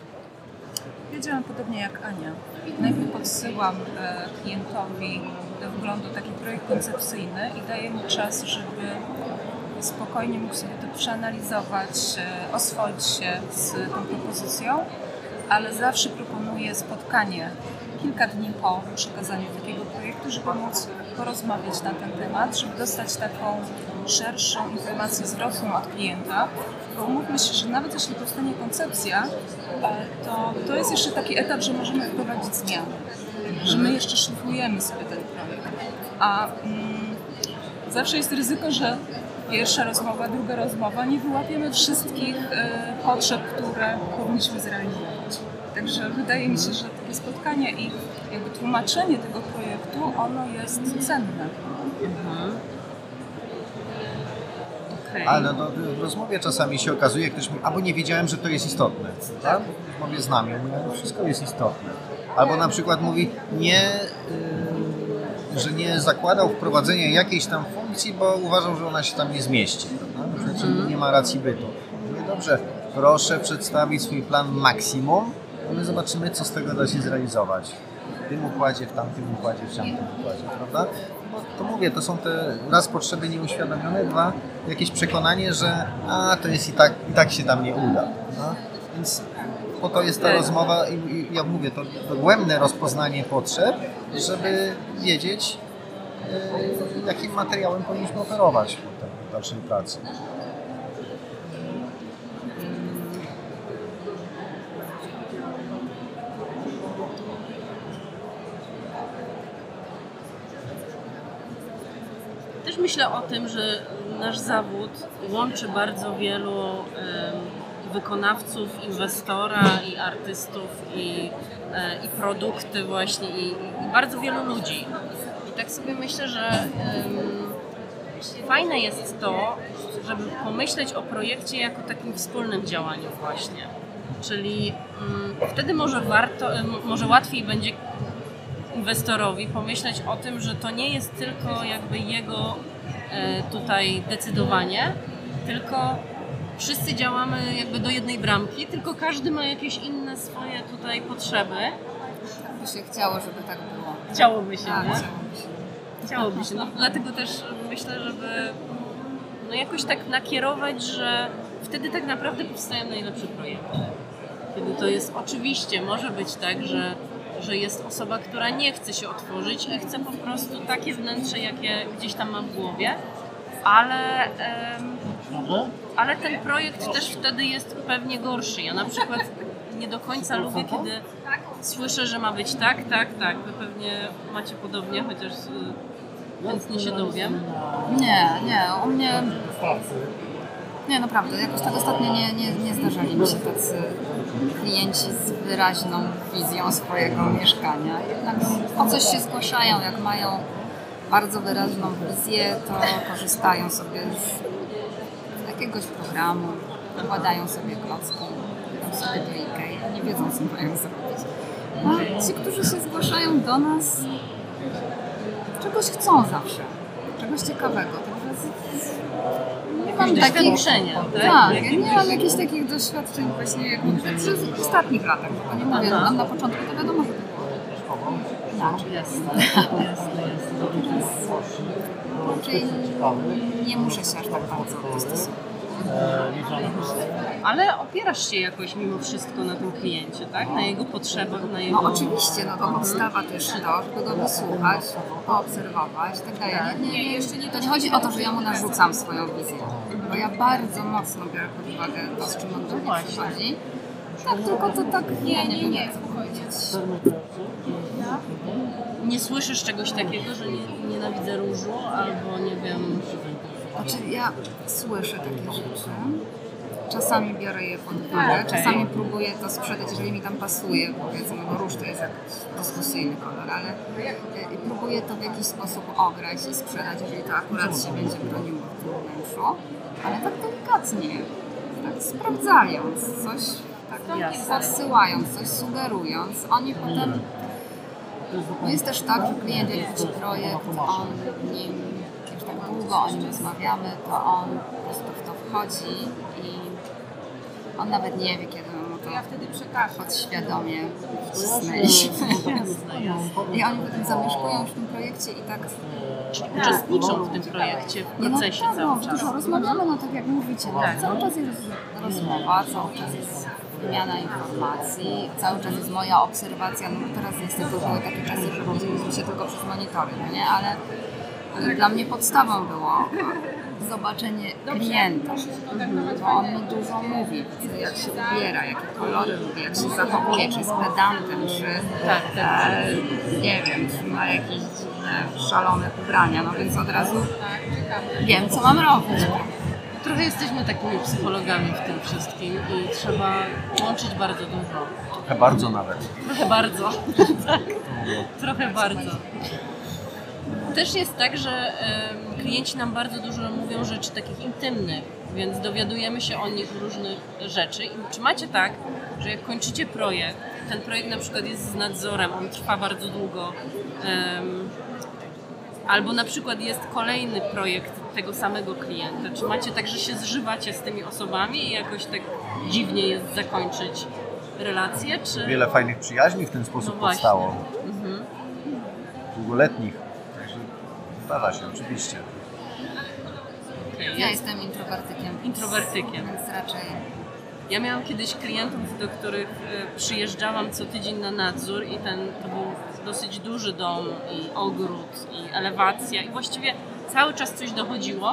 Ja działam podobnie jak Ania. Najpierw podsyłam e, klientowi do wglądu taki projekt koncepcyjny i daję mu czas, żeby spokojnie mógł sobie to przeanalizować, e, oswoić się z tą propozycją, ale zawsze proponuję spotkanie kilka dni po przekazaniu takiego projektu, żeby móc porozmawiać na ten temat, żeby dostać taką szerszą informację zwrotną od klienta. Bo umówmy się, że nawet jeśli powstanie koncepcja, to, to jest jeszcze taki etap, że możemy wprowadzić zmiany, że my jeszcze szlifujemy sobie ten projekt. A mm, zawsze jest ryzyko, że pierwsza rozmowa, druga rozmowa, nie wyłapiemy wszystkich y, potrzeb, które powinniśmy zrealizować. Także wydaje mi się, że takie spotkanie i jakby tłumaczenie tego projektu, ono jest cenne. Mhm. Okay. Ale no, w rozmowie czasami się okazuje, ktoś mówi, albo nie wiedziałem, że to jest istotne. Tak? W rozmowie z nami, mówię, wszystko jest istotne. Albo na przykład mówi, nie, yy, że nie zakładał wprowadzenia jakiejś tam funkcji, bo uważał, że ona się tam nie zmieści. Prawda? Znaczy, mm. nie ma racji bytu. Mówię, dobrze, proszę przedstawić swój plan maksimum, a my zobaczymy, co z tego da się zrealizować. W tym układzie, w tamtym układzie, w tamtym układzie, prawda? Bo to mówię, to są te raz potrzeby nieuświadomione, dwa jakieś przekonanie, że a, to jest i tak, i tak się tam nie uda. No? Więc po to jest ta rozmowa i, i ja mówię, to dogłębne rozpoznanie potrzeb, żeby wiedzieć, yy, jakim materiałem powinniśmy operować w dalszej pracy. Też myślę o tym, że nasz zawód łączy bardzo wielu um, wykonawców, inwestora i artystów i, e, i produkty właśnie i, i bardzo wielu ludzi. I tak sobie myślę, że um, fajne jest to, żeby pomyśleć o projekcie jako takim wspólnym działaniu właśnie. Czyli um, wtedy może warto, um, może łatwiej będzie inwestorowi pomyśleć o tym, że to nie jest tylko jakby jego e, tutaj decydowanie, tylko wszyscy działamy jakby do jednej bramki, tylko każdy ma jakieś inne swoje tutaj potrzeby. By się chciało, żeby tak było. Chciałoby się, Tak, nie? chciałoby się. Chciałoby się. No, dlatego też myślę, żeby no jakoś tak nakierować, że wtedy tak naprawdę powstają najlepsze projekty. Kiedy to jest oczywiście, może być tak, że że jest osoba, która nie chce się otworzyć i chce po prostu takie wnętrze, jakie gdzieś tam ma w głowie, ale, um, ale ten projekt też wtedy jest pewnie gorszy. Ja na przykład nie do końca lubię, kiedy słyszę, że ma być tak, tak, tak. Wy pewnie macie podobnie, chociaż y, chętnie się dowiem. Nie, nie, u mnie... Nie, naprawdę, jakoś tak ostatnio nie, nie, nie zdarzali mi się tacy klienci z wyraźną wizją swojego mieszkania. Jednak po coś się zgłaszają, jak mają bardzo wyraźną wizję, to korzystają sobie z jakiegoś programu, wkładają sobie klocki, idą sobie do Ikei, nie wiedzą, co mają zrobić. A ci, którzy się zgłaszają do nas, czegoś chcą zawsze, czegoś ciekawego. Także z, z, nie mam takich doświadczenia, tak? Tak, ja nie mam jakichś takich doświadczeń właśnie jak w ostatnich latach, bo nie mówię, no, na początku to wiadomo, że to było inaczej. Jasne, jasne, jasne. Raczej nie muszę się aż tak bardzo dostosować. Ale opierasz się jakoś mimo wszystko na tym kliencie, tak? Na jego potrzebach, na jego... No oczywiście, no to podstawa też to, żeby go wysłuchać, poobserwować, tak dalej. Nie, nie, jeszcze nie, to nie chodzi o to, że ja mu narzucam swoją wizję, bo ja bardzo mocno biorę pod uwagę to, z czym on do mnie przychodzi. Tak, tylko to tak, nie, nie, nie chcę powiedzieć. Nie słyszysz czegoś takiego, że nie, nienawidzę różu, albo nie wiem... Znaczy ja słyszę takie rzeczy, czasami biorę je pod uwagę, czasami próbuję to sprzedać, jeżeli mi tam pasuje, powiedzmy, bo róż to jest jakiś dyskusyjny kolor, ale y, próbuję to w jakiś sposób ograć i sprzedać, jeżeli to akurat się będzie broniło w tym wnętrzu, ale tak delikatnie, tak sprawdzając, coś tak podsyłając, coś sugerując, oni potem... No jest też tak, że klient jak widzi projekt, on nim już tak długo o nim rozmawiamy, to on po prostu w to wchodzi i on nawet nie wie, kiedy mu to ja wtedy przekażę. podświadomie wcisnęliśmy. I oni potem zamieszkują w tym projekcie i tak Uczestniczą w tym projekcie, w nie, no, procesie tak, no, cały czas. dużo rozmawiamy, no tak jak mówicie, no, Tak. cały czas jest rozmowa, cały czas jest wymiana informacji, cały czas jest moja obserwacja, no teraz niestety były takie czasy, że widzieliśmy się tylko przez monitory, no nie, ale dla mnie podstawą było zobaczenie klienta, bo on mi dużo mówi, jak się ubiera, jakie kolory lubi, jak się zachowuje, czy jest pedantem, czy Tak, tak. e, nie wiem, czy ma jakieś dziwne, szalone ubrania, no więc od razu wiem, co mam robić. Trochę jesteśmy takimi psychologami w tym wszystkim i trzeba łączyć bardzo dużo. Trochę bardzo nawet. Trochę bardzo. Tak. Trochę bardzo. Też jest tak, że em, klienci nam bardzo dużo mówią rzeczy takich intymnych, więc dowiadujemy się o nich różnych rzeczy. I czy macie tak, że jak kończycie projekt, ten projekt na przykład jest z nadzorem, on trwa bardzo długo, em, albo na przykład jest kolejny projekt tego samego klienta. Czy macie tak, że się zżywacie z tymi osobami i jakoś tak dziwnie jest zakończyć relacje? Czy... Wiele fajnych przyjaźni w ten sposób No właśnie. powstało. Mhm. Długoletnich. Także zdarza się, oczywiście. Okay. Ja jestem introwertykiem. Introwertykiem. Więc raczej Ja miałam kiedyś klientów, do których e, przyjeżdżałam co tydzień na nadzór i ten to był dosyć duży dom i ogród i elewacja i właściwie cały czas coś dochodziło.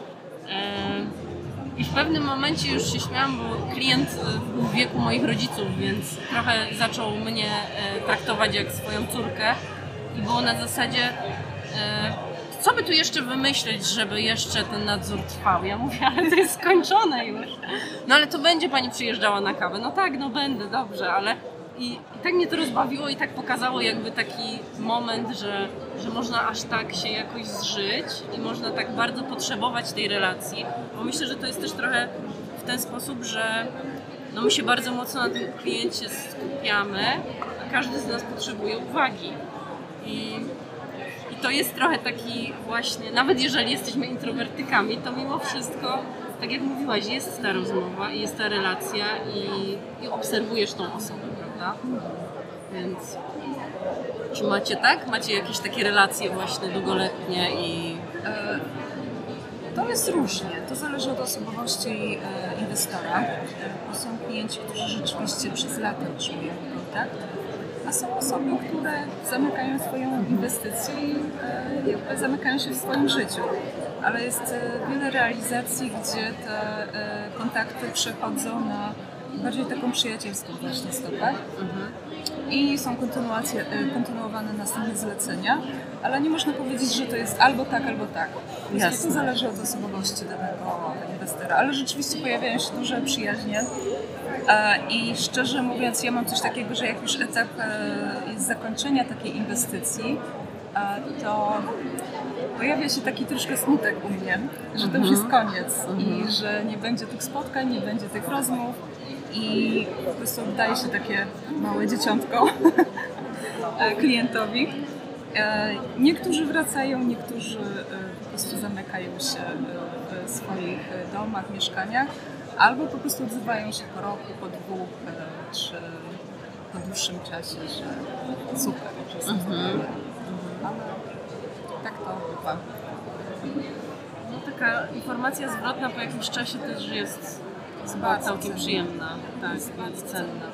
E, I w pewnym momencie już się śmiałam, bo klient e, był w wieku moich rodziców, więc trochę zaczął mnie e, traktować jak swoją córkę i było na zasadzie e, co by tu jeszcze wymyśleć, żeby jeszcze ten nadzór trwał? Ja mówię, ale to jest skończone już. No ale to będzie pani przyjeżdżała na kawę. No tak, no będę, dobrze, ale... I, i tak mnie to rozbawiło i tak pokazało jakby taki moment, że, że można aż tak się jakoś zżyć i można tak bardzo potrzebować tej relacji, bo myślę, że to jest też trochę w ten sposób, że no my się bardzo mocno na tym kliencie skupiamy, a każdy z nas potrzebuje uwagi. I I to jest trochę taki właśnie, nawet jeżeli jesteśmy introwertykami, to mimo wszystko, tak jak mówiłaś, jest ta rozmowa i jest ta relacja i, i obserwujesz tą osobę, prawda? Więc czy macie tak? Macie jakieś takie relacje właśnie długoletnie i... E, To jest różnie, to zależy od osobowości e, inwestora. Bo są klienci, którzy rzeczywiście przez lata utrzymują kontakt, a są osoby, które zamykają swoją inwestycję i e, jakby zamykają się w swoim życiu. Ale jest e, wiele realizacji, gdzie te e, kontakty przechodzą na bardziej taką przyjacielską właśnie stopę. Mhm. I są kontynuacje, e, kontynuowane następne zlecenia, ale nie można powiedzieć, że to jest albo tak, albo tak. Więc Jasne. to zależy od osobowości danego inwestora, ale rzeczywiście pojawiają się duże przyjaźnie. E, I szczerze mówiąc, ja mam coś takiego, że jak już etap e, jest zakończenia takiej inwestycji, e, to pojawia się taki troszkę smutek u mnie, że to już jest koniec i że nie będzie tych spotkań, nie będzie tych rozmów i po prostu oddaje się takie małe dzieciątko klientowi. E, Niektórzy wracają, niektórzy e, po prostu zamykają się e, w swoich e, domach, mieszkaniach, albo po prostu odzywają się po roku, po dwóch, e, czy po dłuższym czasie, że super, że jest Mhm. ale tak to bywa. No, taka informacja zwrotna po jakimś czasie też jest Jest chyba bardzo całkiem cenna. przyjemna, tak, i cenna.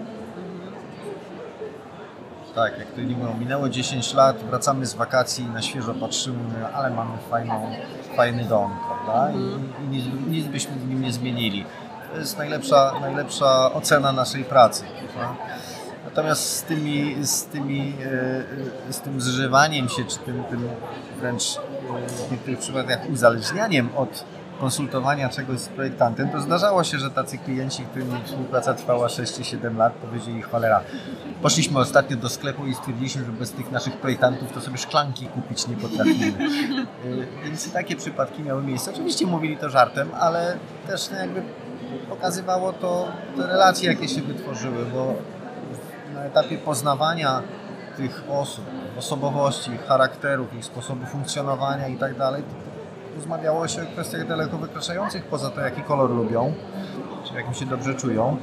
Tak, jak to nie mówią, minęło dziesięć lat, wracamy z wakacji, na świeżo patrzymy, mówimy, ale mamy fajną, fajny dom, prawda? I, i nic, nic byśmy w nim nie zmienili. To jest najlepsza, najlepsza ocena naszej pracy. Prawda? Natomiast z tymi, z tymi, e, z tym zżywaniem się, czy tym, tym wręcz e, w niektórych przypadkach uzależnianiem od konsultowania czegoś z projektantem, to zdarzało się, że tacy klienci, którymi współpraca trwała sześć czy siedem lat, powiedzieli, cholera, poszliśmy ostatnio do sklepu i stwierdziliśmy, że bez tych naszych projektantów to sobie szklanki kupić nie potrafimy. Yy, Więc i takie przypadki miały miejsce. Oczywiście mówili to żartem, ale też no, jakby pokazywało to te relacje, jakie się wytworzyły, bo na etapie poznawania tych osób, osobowości, charakterów, ich sposobu funkcjonowania i tak dalej, rozmawiało się o kwestiach daleko wykraczających poza to, jaki kolor lubią, czy w jakim się dobrze czują.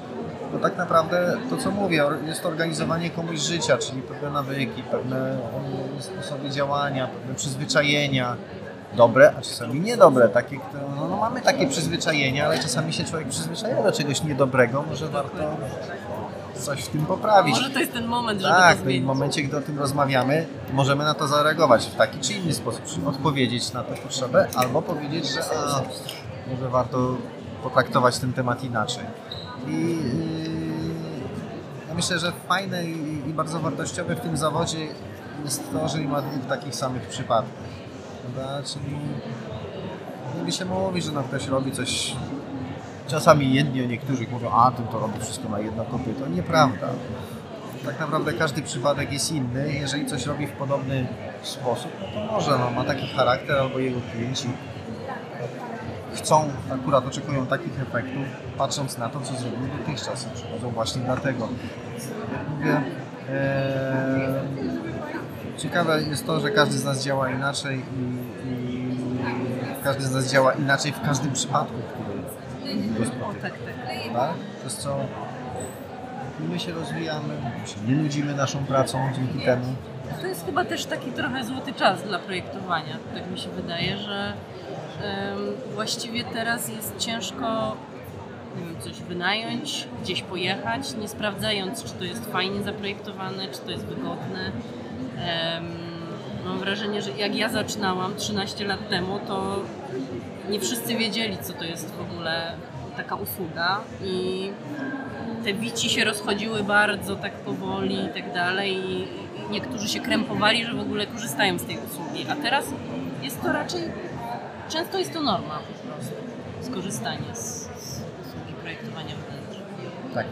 bo tak naprawdę to, co mówię, jest organizowanie komuś życia, czyli pewne nawyki, pewne sposoby działania, pewne przyzwyczajenia, dobre, a czasami niedobre, takie, które, no, no mamy takie przyzwyczajenia, ale czasami się człowiek przyzwyczaja do czegoś niedobrego, może warto coś w tym poprawić. Może to jest ten moment, żeby tak, to w zmienić. tym momencie, gdy o tym rozmawiamy, możemy na to zareagować w taki czy inny sposób, czyli odpowiedzieć na tę potrzebę, albo powiedzieć, że a, może warto potraktować ten temat inaczej. I yy, ja myślę, że fajne i, i bardzo wartościowe w tym zawodzie jest to, że nie ma dwóch takich samych przypadków. Prawda? Czyli niby się mówi, że no ktoś robi coś, czasami jedni o niektórych mówią, a ten to robi wszystko na jedno kopyto. Nieprawda. Tak naprawdę każdy przypadek jest inny. Jeżeli coś robi w podobny sposób, no to może, no, ma taki charakter, albo jego klienci chcą, akurat oczekują takich efektów, patrząc na to, co zrobił dotychczas. I przychodzą właśnie dlatego. Jak mówię, ee, ciekawe jest to, że każdy z nas działa inaczej i, i każdy z nas działa inaczej w każdym przypadku, który go spotyka. Tak, tak. Tak? Przez co my się rozwijamy, my się nie nudzimy naszą pracą dzięki temu. To jest chyba też taki trochę złoty czas dla projektowania. Tak mi się wydaje, że um, właściwie teraz jest ciężko, nie wiem, coś wynająć, gdzieś pojechać, nie sprawdzając, czy to jest fajnie zaprojektowane, czy to jest wygodne. Um, mam wrażenie, że jak ja zaczynałam trzynaście lat temu, to nie wszyscy wiedzieli, co to jest w ogóle taka usługa i te wici się rozchodziły bardzo tak powoli i tak dalej i niektórzy się krępowali, że w ogóle korzystają z tej usługi, a teraz jest to raczej, często jest to norma po prostu, skorzystanie z, z usługi projektowania wnętrz. Tak.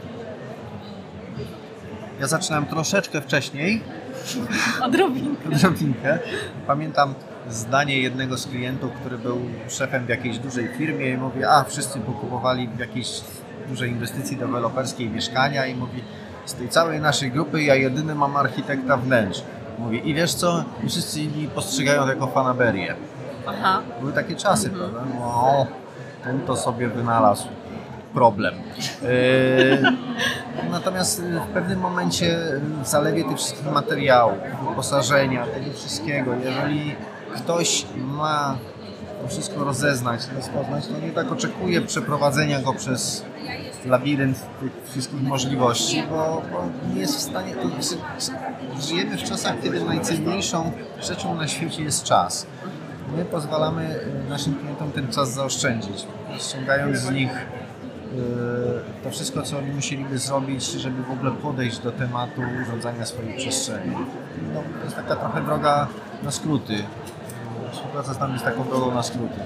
Ja zaczynałem troszeczkę wcześniej, Odrobinkę. odrobinkę. Pamiętam zdanie jednego z klientów, który był szefem w jakiejś dużej firmie i mówi, a wszyscy pokupowali w jakiejś dużej inwestycji deweloperskiej mieszkania i mówi, z tej całej naszej grupy ja jedyny mam architekta wnętrz. Mówi, i wiesz co, i wszyscy inni postrzegają to jako fanaberię. Aha. Były takie czasy, mhm. prawda? No, ten to sobie wynalazł problem. Yy, natomiast w pewnym momencie w zalewie tych wszystkich materiałów, wyposażenia, tego wszystkiego, jeżeli ktoś ma to wszystko rozeznać, rozpoznać, to nie tak oczekuje przeprowadzenia go przez labirynt tych wszystkich możliwości, bo, bo nie jest w stanie, to znaczy, żyjemy w czasach, kiedy najcenniejszą rzeczą na świecie jest czas. My pozwalamy naszym klientom ten czas zaoszczędzić, ściągając z nich to wszystko, co oni musieliby zrobić, żeby w ogóle podejść do tematu urządzania swojej przestrzeni. No, to jest taka trochę droga na skróty. Współpraca z nami jest taką drogą na skróty.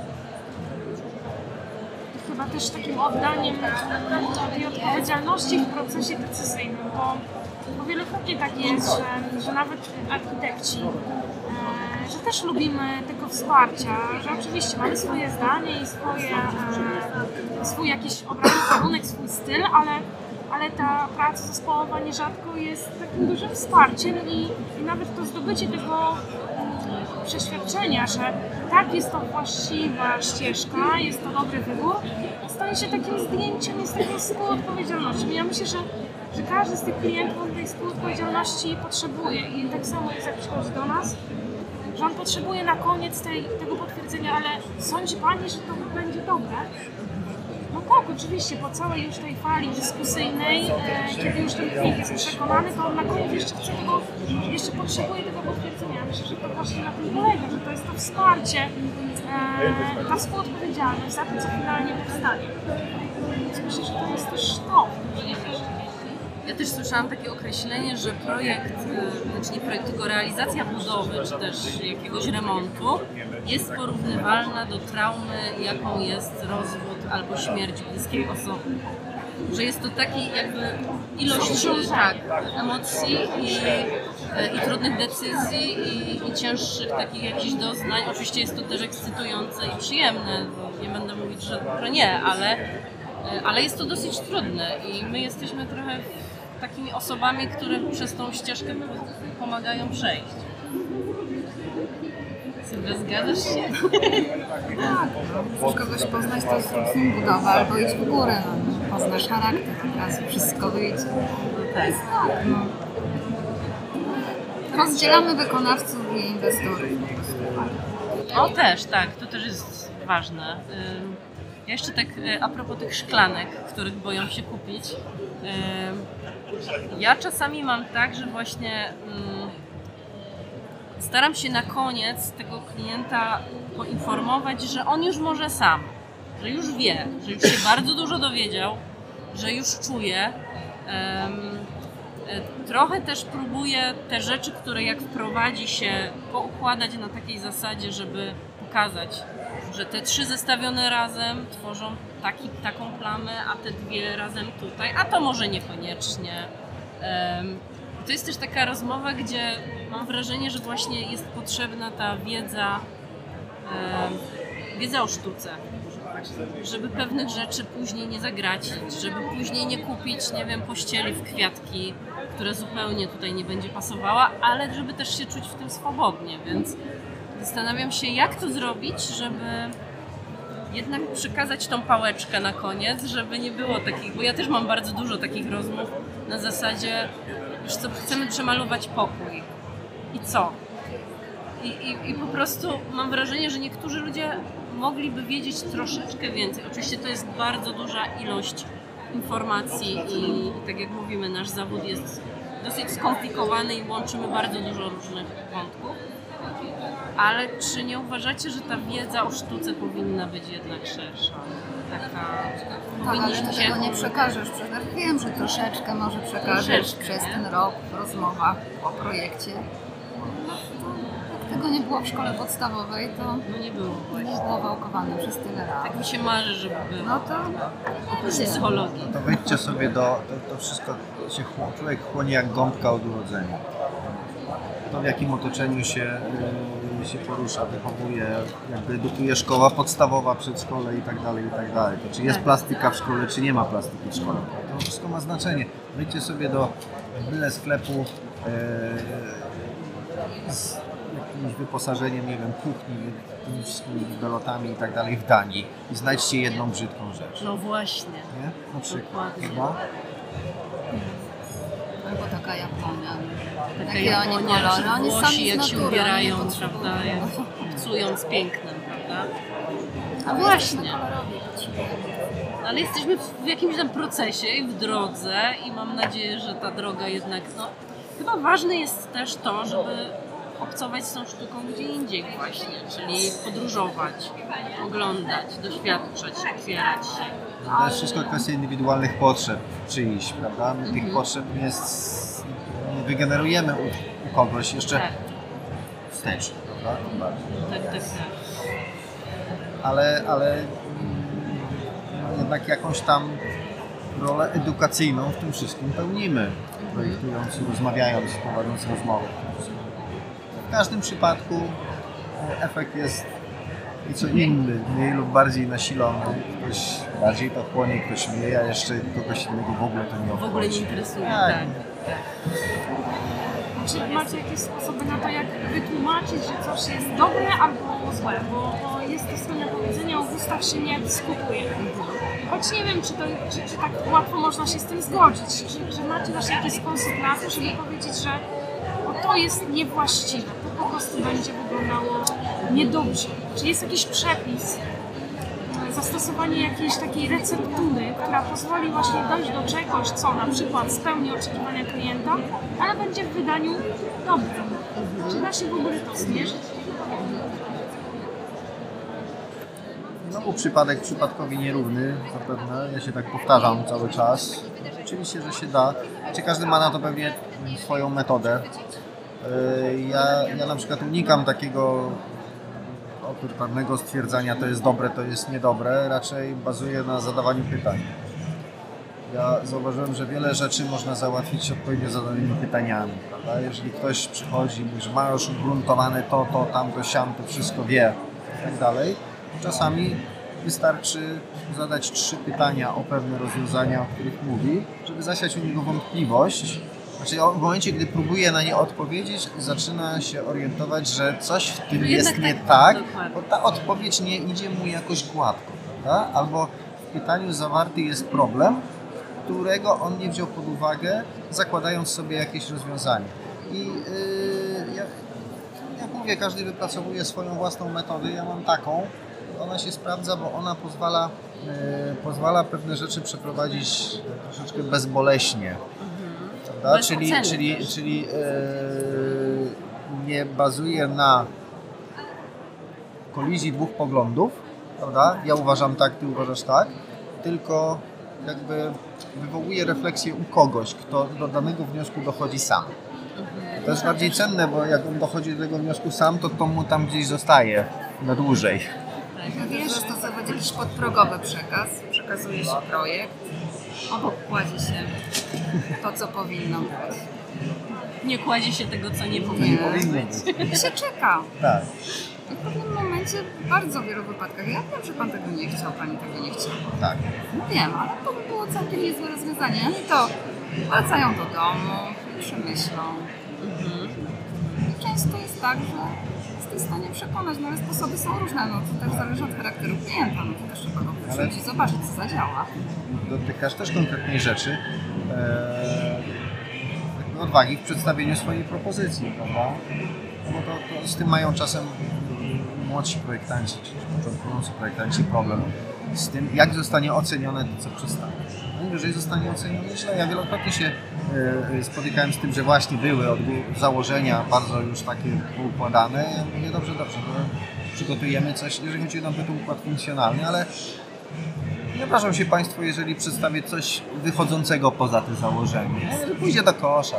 Chyba też takim oddaniem tej odpowiedzialności w procesie decyzyjnym, bo, bo wielokrotnie tak jest, że, że nawet architekci, e, że też lubimy tego wsparcia, że oczywiście mamy swoje zdanie i swoje, e, swój jakiś obrany kierunek, swój styl, ale, ale ta praca zespołowa nierzadko jest takim dużym wsparciem i, i nawet to zdobycie tego przeświadczenia, że tak, jest to właściwa ścieżka, jest to dobry wybór, staje się takim zdjęciem, jest taką współodpowiedzialnością. Ja myślę, że, że każdy z tych klientów tej współodpowiedzialności potrzebuje i tak samo jest, jak przychodzi do nas, że on potrzebuje na koniec tej, tego potwierdzenia, ale sądzi Pani, że to będzie dobre? No tak, oczywiście, po całej już tej fali dyskusyjnej, e, kiedy już ten klient jest przekonany, to on na koniec jeszcze chce tego, jeszcze potrzebuje tego potwierdzenia. Myślę, że to właśnie na tym polega, że to jest to wsparcie, e, ta współodpowiedzialność za to, co finalnie powstanie. Więc myślę, że to jest też to. Ja też słyszałam takie określenie, że projekt, znaczy nie projekt, tylko realizacja budowy, czy też jakiegoś remontu jest porównywalna do traumy, jaką jest rozwód albo śmierć bliskiej osoby. Że jest to taki jakby ilość tak, emocji i, i trudnych decyzji i, i cięższych takich jakichś doznań. Oczywiście jest to też ekscytujące i przyjemne, bo nie będę mówić, że, że nie, ale, ale jest to dosyć trudne i my jesteśmy trochę takimi osobami, które przez tą ścieżkę pomagają przejść. Sylwia, zgadzasz się? Tak, chcesz kogoś poznać, to zrób z nim budowę albo idź w górę, no. Poznasz charakter, od razu wszystko wyjdzie. No tak. Tak, no. Rozdzielamy wykonawców i inwestorów po prostu. O też, tak, to też jest ważne. Ym, Ja jeszcze tak y, a propos tych szklanek, których boją się kupić. Ym, Ja czasami mam tak, że właśnie ym, staram się na koniec tego klienta poinformować, że on już może sam, że już wie, że już się bardzo dużo dowiedział, że już czuje. Ym, Trochę też próbuję te rzeczy, które jak wprowadzi się, poukładać na takiej zasadzie, żeby pokazać, że te trzy zestawione razem tworzą taki, taką plamę, a te dwie razem tutaj, a to może niekoniecznie. Um, to jest też taka rozmowa, gdzie mam wrażenie, że właśnie jest potrzebna ta wiedza, um, wiedza o sztuce. Żeby pewnych rzeczy później nie zagracić, żeby później nie kupić, nie wiem, pościeli w kwiatki, która zupełnie tutaj nie będzie pasowała, ale żeby też się czuć w tym swobodnie, więc zastanawiam się, jak to zrobić, żeby jednak przekazać tą pałeczkę na koniec, żeby nie było takich, bo ja też mam bardzo dużo takich rozmów na zasadzie, wiesz co, chcemy przemalować pokój i co? I, i, I po prostu mam wrażenie, że niektórzy ludzie mogliby wiedzieć troszeczkę więcej. Oczywiście to jest bardzo duża ilość informacji i, i tak jak mówimy, nasz zawód jest dosyć skomplikowany i łączymy bardzo dużo różnych wątków. Ale czy nie uważacie, że ta wiedza o sztuce powinna być jednak szersza? Taka, Tak, ale powinniśmy ty się... tego nie przekażesz. Przecież wiem, że troszeczkę może przekażesz Troszeczkę, przez nie? ten rok w rozmowach o projekcie. Jak tego nie było w szkole podstawowej, to No nie było nie właśnie. było wałkowane przez tyle lat. Tak mi się marzy, żeby było. No to Oprócz nie. psychologii. To wejdźcie sobie do... To, to wszystko się chło, człowiek chłonie jak gąbka od urodzenia. To w jakim otoczeniu się, yy, się porusza, wychowuje, jakby edukuje szkoła podstawowa, przedszkole i tak dalej, i tak dalej. To czy jest Tak. plastyka w szkole, czy nie ma plastyki w szkole. To wszystko ma znaczenie. Wejdźcie sobie do byle sklepu yy, z jakimś wyposażeniem, nie wiem, kuchni, tymi wszystkimi belotami i tak dalej w Danii i znajdźcie jedną brzydką rzecz. No właśnie. Nie? Na przykład. Dokładnie. Chyba? albo taka Japonia. Taka Takie Japonia, oni kolory, czy oni Włosi sami z jak się natury, ubierają, oni nie prawda, potrzebują. jak obcując pięknem, prawda? A No właśnie. właśnie. Kolorowi potrzebujemy. Ale jesteśmy w jakimś tam procesie i w drodze i mam nadzieję, że ta droga jednak, no chyba ważne jest też to, żeby obcować z tą sztuką gdzie indziej właśnie, czyli podróżować, oglądać, doświadczać, otwierać się. To jest wszystko kwestia indywidualnych potrzeb czyichś, prawda? My tych potrzeb nie, s- nie wygenerujemy u, u kogoś jeszcze Tak, wstecz, prawda? Tym bardziej. tak, tak, tak. Ale, ale mm, jednak jakąś tam rolę edukacyjną w tym wszystkim pełnimy, projektując, rozmawiając, prowadząc rozmowy. W każdym przypadku efekt jest nieco inny, mniej lub bardziej nasilony. Ktoś bardziej to chłonie, ktoś mniej, a jeszcze kogoś innego w ogóle to nie W ogóle nie obchodzi. interesuje, Tak. tak. Czy macie jakieś sposoby na to, jak wytłumaczyć, że coś jest dobre albo złe? Bo, bo jest to słynne powiedzenie, o gustach się nie dyskutuje. Choć nie wiem, czy, to, czy, czy tak łatwo można się z tym zgodzić. Czy, czy macie też jakiś sposób na to, żeby powiedzieć, że o, to jest niewłaściwe, to po prostu będzie wyglądało niedobrze. Czy jest jakiś przepis, zastosowanie jakiejś takiej receptury, która pozwoli właśnie dojść do czegoś, co na przykład spełni oczekiwania klienta, ale będzie w wydaniu dobrym. Czy da się w ogóle to zmierzyć? Znowu przypadek przypadkowi nierówny, zapewne. Ja się tak powtarzam cały czas. Oczywiście, że się da. Czy każdy ma na to pewnie swoją metodę. Yy, Ja, ja na przykład unikam takiego autorytarnego stwierdzania, to jest dobre, to jest niedobre. Raczej bazuję na zadawaniu pytań. Ja zauważyłem, że wiele rzeczy można załatwić odpowiednio zadanymi pytaniami, prawda? Jeżeli ktoś przychodzi i mówi, że ma już ugruntowane to, to, tamto, siam, to wszystko wie i tak dalej, czasami wystarczy zadać trzy pytania o pewne rozwiązania, o których mówi, żeby zasiać u niego wątpliwość Znaczy w momencie, gdy próbuje na nie odpowiedzieć, zaczyna się orientować, że coś w tym No jest jednak nie tak, tak, dokładnie. bo ta odpowiedź nie idzie mu jakoś gładko, prawda? Albo w pytaniu zawarty jest problem, którego on nie wziął pod uwagę, zakładając sobie jakieś rozwiązanie. I yy, jak, jak mówię, każdy wypracowuje swoją własną metodę, ja mam taką, ona się sprawdza, bo ona pozwala, yy, pozwala pewne rzeczy przeprowadzić troszeczkę bezboleśnie. Prawda? Bez Czyli, oceny czyli, też. czyli yy, nie bazuje na kolizji dwóch poglądów, prawda? Ja uważam tak, ty uważasz tak, tylko jakby wywołuje refleksję u kogoś, kto do danego wniosku dochodzi sam. To jest bardziej cenne, bo jak on dochodzi do tego wniosku sam, to to mu tam gdzieś zostaje na dłużej. Należy zastosować jakiś podprogowy przekaz. Przekazuje się projekt, obok kładzie się to, co powinno być. Nie kładzie się tego, co nie Nie. powinno Powinno być. być. I się czeka. Tak. I w pewnym momencie, w bardzo wielu wypadkach, ja wiem, że pan tego nie chciał, pani tego nie chciała. Tak. No wiem, ale to by było całkiem niezłe rozwiązanie. Oni to wracają do domu, przemyślą. I często jest tak, że jesteś w stanie przekonać, no ale sposoby są różne, no to też zależy od charakteru klienta, no to też trzeba go Ale- wrócić i zobaczyć, co zadziała. Dotykasz też konkretnej rzeczy, e, jakby odwagi w przedstawieniu swojej propozycji, prawda? No bo to, to z tym mają czasem młodsi projektanci, czy początkujący projektanci problem z tym, jak zostanie ocenione to, co przedstawisz. No jeżeli zostanie ocenione źle, ja wielokrotnie się e, spotykałem z tym, że właśnie były od gó- założenia bardzo już takie poukładane. Ja mówię, dobrze, dobrze, to przygotujemy coś, jeżeli chodzi nawet o układ funkcjonalny, ale nie obrażą się Państwo, jeżeli przedstawię coś wychodzącego poza te założenie. Że pójdzie do kosza.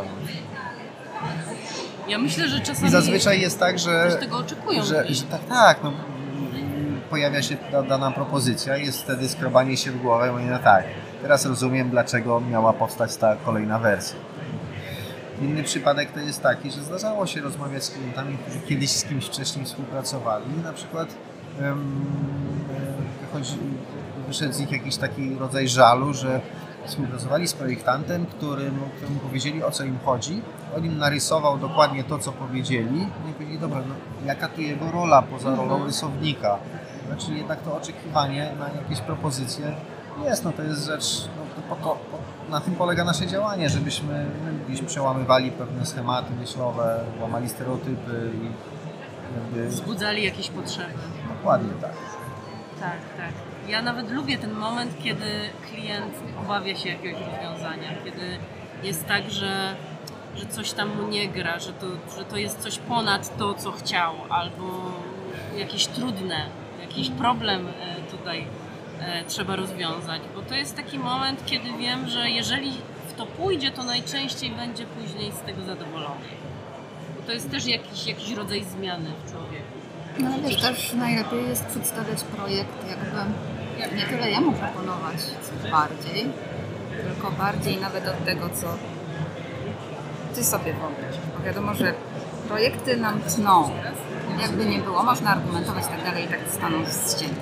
Ja myślę, że czasami I zazwyczaj jest tak, że, też tego oczekują. że, że tak, tak, no, pojawia się da, dana propozycja i jest wtedy skrobanie się w głowę i mówię, no tak, teraz rozumiem, dlaczego miała powstać ta kolejna wersja. Inny przypadek to jest taki, że zdarzało się rozmawiać z klientami, którzy kiedyś z kimś wcześniej współpracowali i na przykład um, wychodzi, wyszedł z nich jakiś taki rodzaj żalu, że współpracowali z projektantem, którym, którym powiedzieli, o co im chodzi. On im narysował dokładnie to, co powiedzieli. No i powiedzieli, dobra, no, jaka tu jego rola poza rolą rysownika? Znaczy jednak to oczekiwanie na jakieś propozycje jest, no to jest rzecz, no, to, po, po, na tym polega nasze działanie, żebyśmy my gdzieś przełamywali pewne schematy myślowe, łamali stereotypy i jakby... Wzbudzali jakieś potrzeby. Dokładnie tak. Tak, tak. Ja nawet lubię ten moment, kiedy klient obawia się jakiegoś rozwiązania, kiedy jest tak, że, że coś tam mu nie gra, że to, że to jest coś ponad to, co chciał, albo jakieś trudne, jakiś problem e, tutaj e, trzeba rozwiązać, bo to jest taki moment, kiedy wiem, że jeżeli w to pójdzie, to najczęściej będzie później z tego zadowolony. Bo to jest też jakiś, jakiś rodzaj zmiany w człowieku. No ale wiesz, też najlepiej jest przedstawiać projekt jakby nie tyle jemu proponować coś bardziej, tylko bardziej nawet od tego, co ty sobie wyobraź. Bo wiadomo, że projekty nam tną. Jakby nie było, można argumentować i tak dalej i tak zostaną ścięte.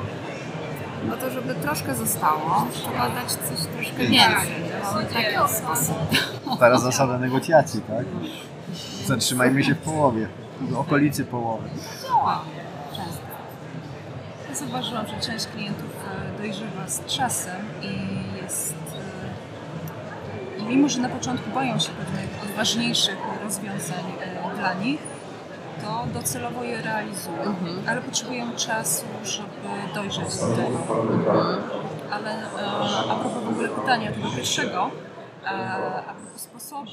No to żeby troszkę zostało, trzeba dać coś troszkę więcej. Mamy taki sposób. Teraz zasada negocjacji, tak? Zatrzymajmy się w połowie, w okolicy połowy. Działa często. Ja zauważyłam, że część klientów e, dojrzewa z czasem i jest... e, I mimo, że na początku boją się pewnych odważniejszych rozwiązań e, dla nich, to docelowo je realizują, ale potrzebują czasu, żeby dojrzeć do tego. Ale e, a propos w ogóle pytania tego pierwszego, e, a propos sposobu,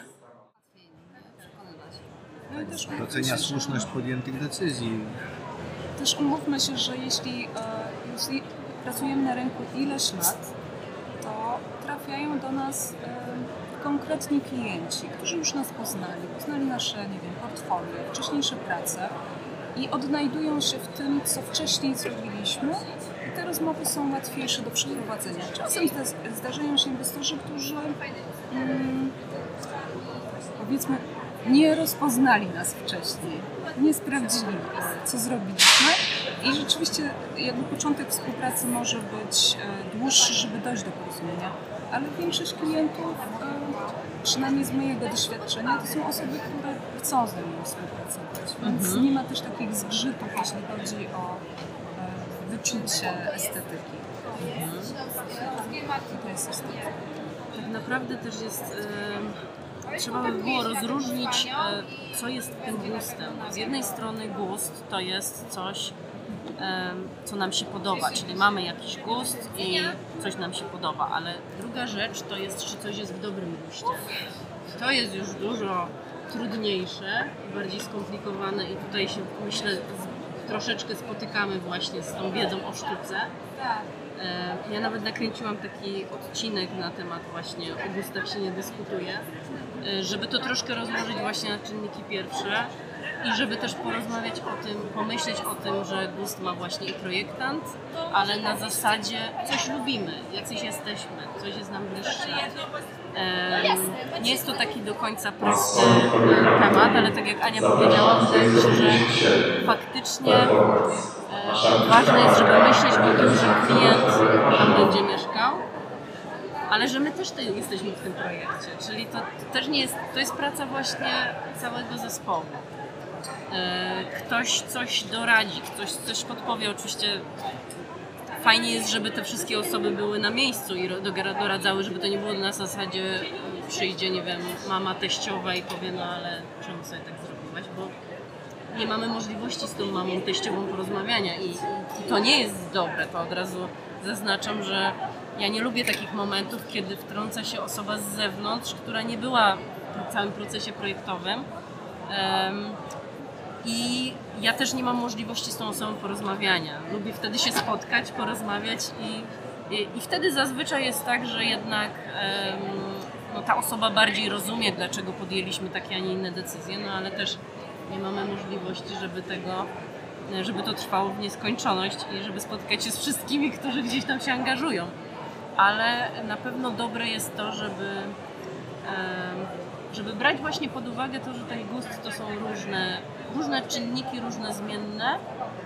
no i też Docenia słuszność podjętych decyzji. Też umówmy się, że jeśli, e, jeśli pracujemy na rynku ileś lat, to trafiają do nas e, konkretni klienci, którzy już nas poznali, poznali nasze, nie wiem, portfolio, wcześniejsze prace i odnajdują się w tym, co wcześniej zrobiliśmy i te rozmowy są łatwiejsze do przeprowadzenia. Czasem zda- zdarzają się inwestorzy, którzy mm, powiedzmy nie rozpoznali nas wcześniej, nie sprawdzili, co zrobiliśmy I rzeczywiście jakby początek współpracy może być dłuższy, żeby dojść do porozumienia, ale większość klientów, przynajmniej z mojego doświadczenia, to są osoby, które chcą ze mną współpracować, więc mhm. nie ma też takich zgrzytów, jeśli chodzi o wyczucie estetyki. Mhm. To jest estetyka. Tak naprawdę też jest... E, trzeba by było rozróżnić, e, co jest tym gustem. Z jednej strony gust to jest coś, e, co nam się podoba, czyli mamy jakiś gust i coś nam się podoba, ale druga rzecz to jest, czy coś jest w dobrym guście. To jest już dużo trudniejsze, bardziej skomplikowane i tutaj się, myślę, troszeczkę spotykamy właśnie z tą wiedzą o sztuce. Ja nawet nakręciłam taki odcinek na temat właśnie o gustach się nie dyskutuje, żeby to troszkę rozłożyć właśnie na czynniki pierwsze i żeby też porozmawiać o tym, pomyśleć o tym, że gust ma właśnie i projektant, ale na zasadzie coś lubimy, jacyś jesteśmy, coś jest nam bliższe. Nie jest to taki do końca prosty temat, ale tak jak Ania powiedziała, wydaje mi się, że faktycznie ważne jest, żeby myśleć o tym, że klient tam będzie mieszkał, ale że my też tutaj jesteśmy w tym projekcie, czyli to, to też nie jest, to jest praca właśnie całego zespołu. Ktoś coś doradzi, ktoś coś podpowie, oczywiście fajnie jest, żeby te wszystkie osoby były na miejscu i doradzały, żeby to nie było na zasadzie przyjdzie, nie wiem, mama teściowa i powie, no ale czemu sobie tak zrobiłaś, bo nie mamy możliwości z tą mamą teściową porozmawiania i, i to nie jest dobre, to od razu zaznaczam, że ja nie lubię takich momentów, kiedy wtrąca się osoba z zewnątrz, która nie była w całym procesie projektowym um, i ja też nie mam możliwości z tą osobą porozmawiania. Lubię wtedy się spotkać, porozmawiać i, i, i wtedy zazwyczaj jest tak, że jednak um, no, ta osoba bardziej rozumie, dlaczego podjęliśmy takie, a nie inne decyzje, no ale też nie mamy możliwości, żeby tego, żeby to trwało w nieskończoność i żeby spotkać się z wszystkimi, którzy gdzieś tam się angażują. Ale na pewno dobre jest to, żeby, żeby brać właśnie pod uwagę to, że ten gust to są różne, różne czynniki, różne zmienne.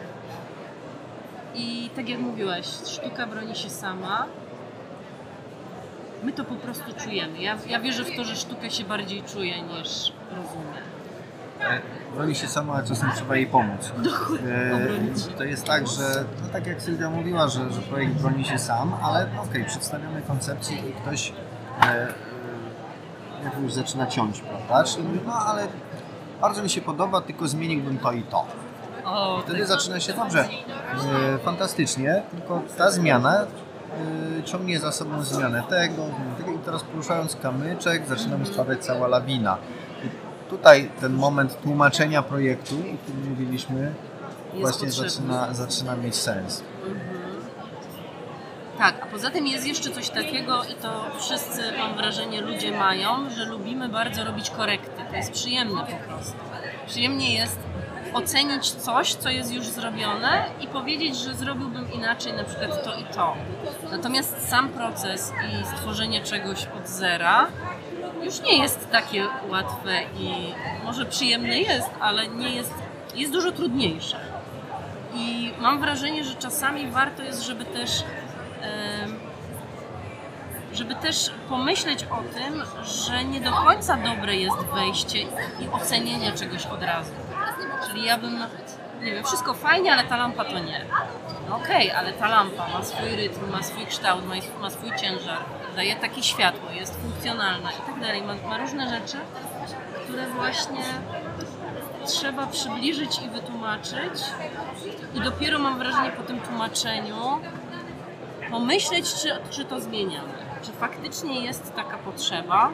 I tak jak mówiłaś, sztuka broni się sama. My to po prostu czujemy. Ja, ja wierzę w to, że sztuka się bardziej czuje niż rozumie. Broni się sama, ale czasem trzeba jej pomóc. E, to jest tak, że no tak jak Sylwia mówiła, że, że projekt broni się sam, ale okej, okay, przedstawiamy koncepcję i ktoś e, jak już zaczyna ciąć, prawda? Czyli mówi, no ale bardzo mi się podoba, tylko zmieniłbym to i to. O, Wtedy tak. zaczyna się dobrze, e, fantastycznie, tylko ta zmiana e, ciągnie za sobą zmianę tego, tego i teraz poruszając kamyczek zaczynamy spadać cała lawina. Tutaj ten moment tłumaczenia projektu, o którym mówiliśmy, jest właśnie zaczyna, zaczyna mieć sens. Mhm. Tak, a poza tym jest jeszcze coś takiego i to wszyscy, mam wrażenie, ludzie mają, że lubimy bardzo robić korekty. To jest przyjemne po prostu. Przyjemnie jest ocenić coś, co jest już zrobione i powiedzieć, że zrobiłbym inaczej na przykład to i to. Natomiast sam proces i stworzenie czegoś od zera już nie jest takie łatwe i może przyjemne jest, ale nie jest, jest dużo trudniejsze. I mam wrażenie, że czasami warto jest, żeby też, żeby też pomyśleć o tym, że nie do końca dobre jest wejście i ocenienie czegoś od razu. Czyli ja bym, nie wiem, wszystko fajnie, ale ta lampa to nie. No okej, okay, ale ta lampa ma swój rytm, ma swój kształt, ma, ma swój ciężar, daje takie światło, jest funkcjonalna i tak dalej. Ma, ma różne rzeczy, które właśnie trzeba przybliżyć i wytłumaczyć i dopiero mam wrażenie po tym tłumaczeniu pomyśleć, czy, czy to zmieniamy, czy faktycznie jest taka potrzeba,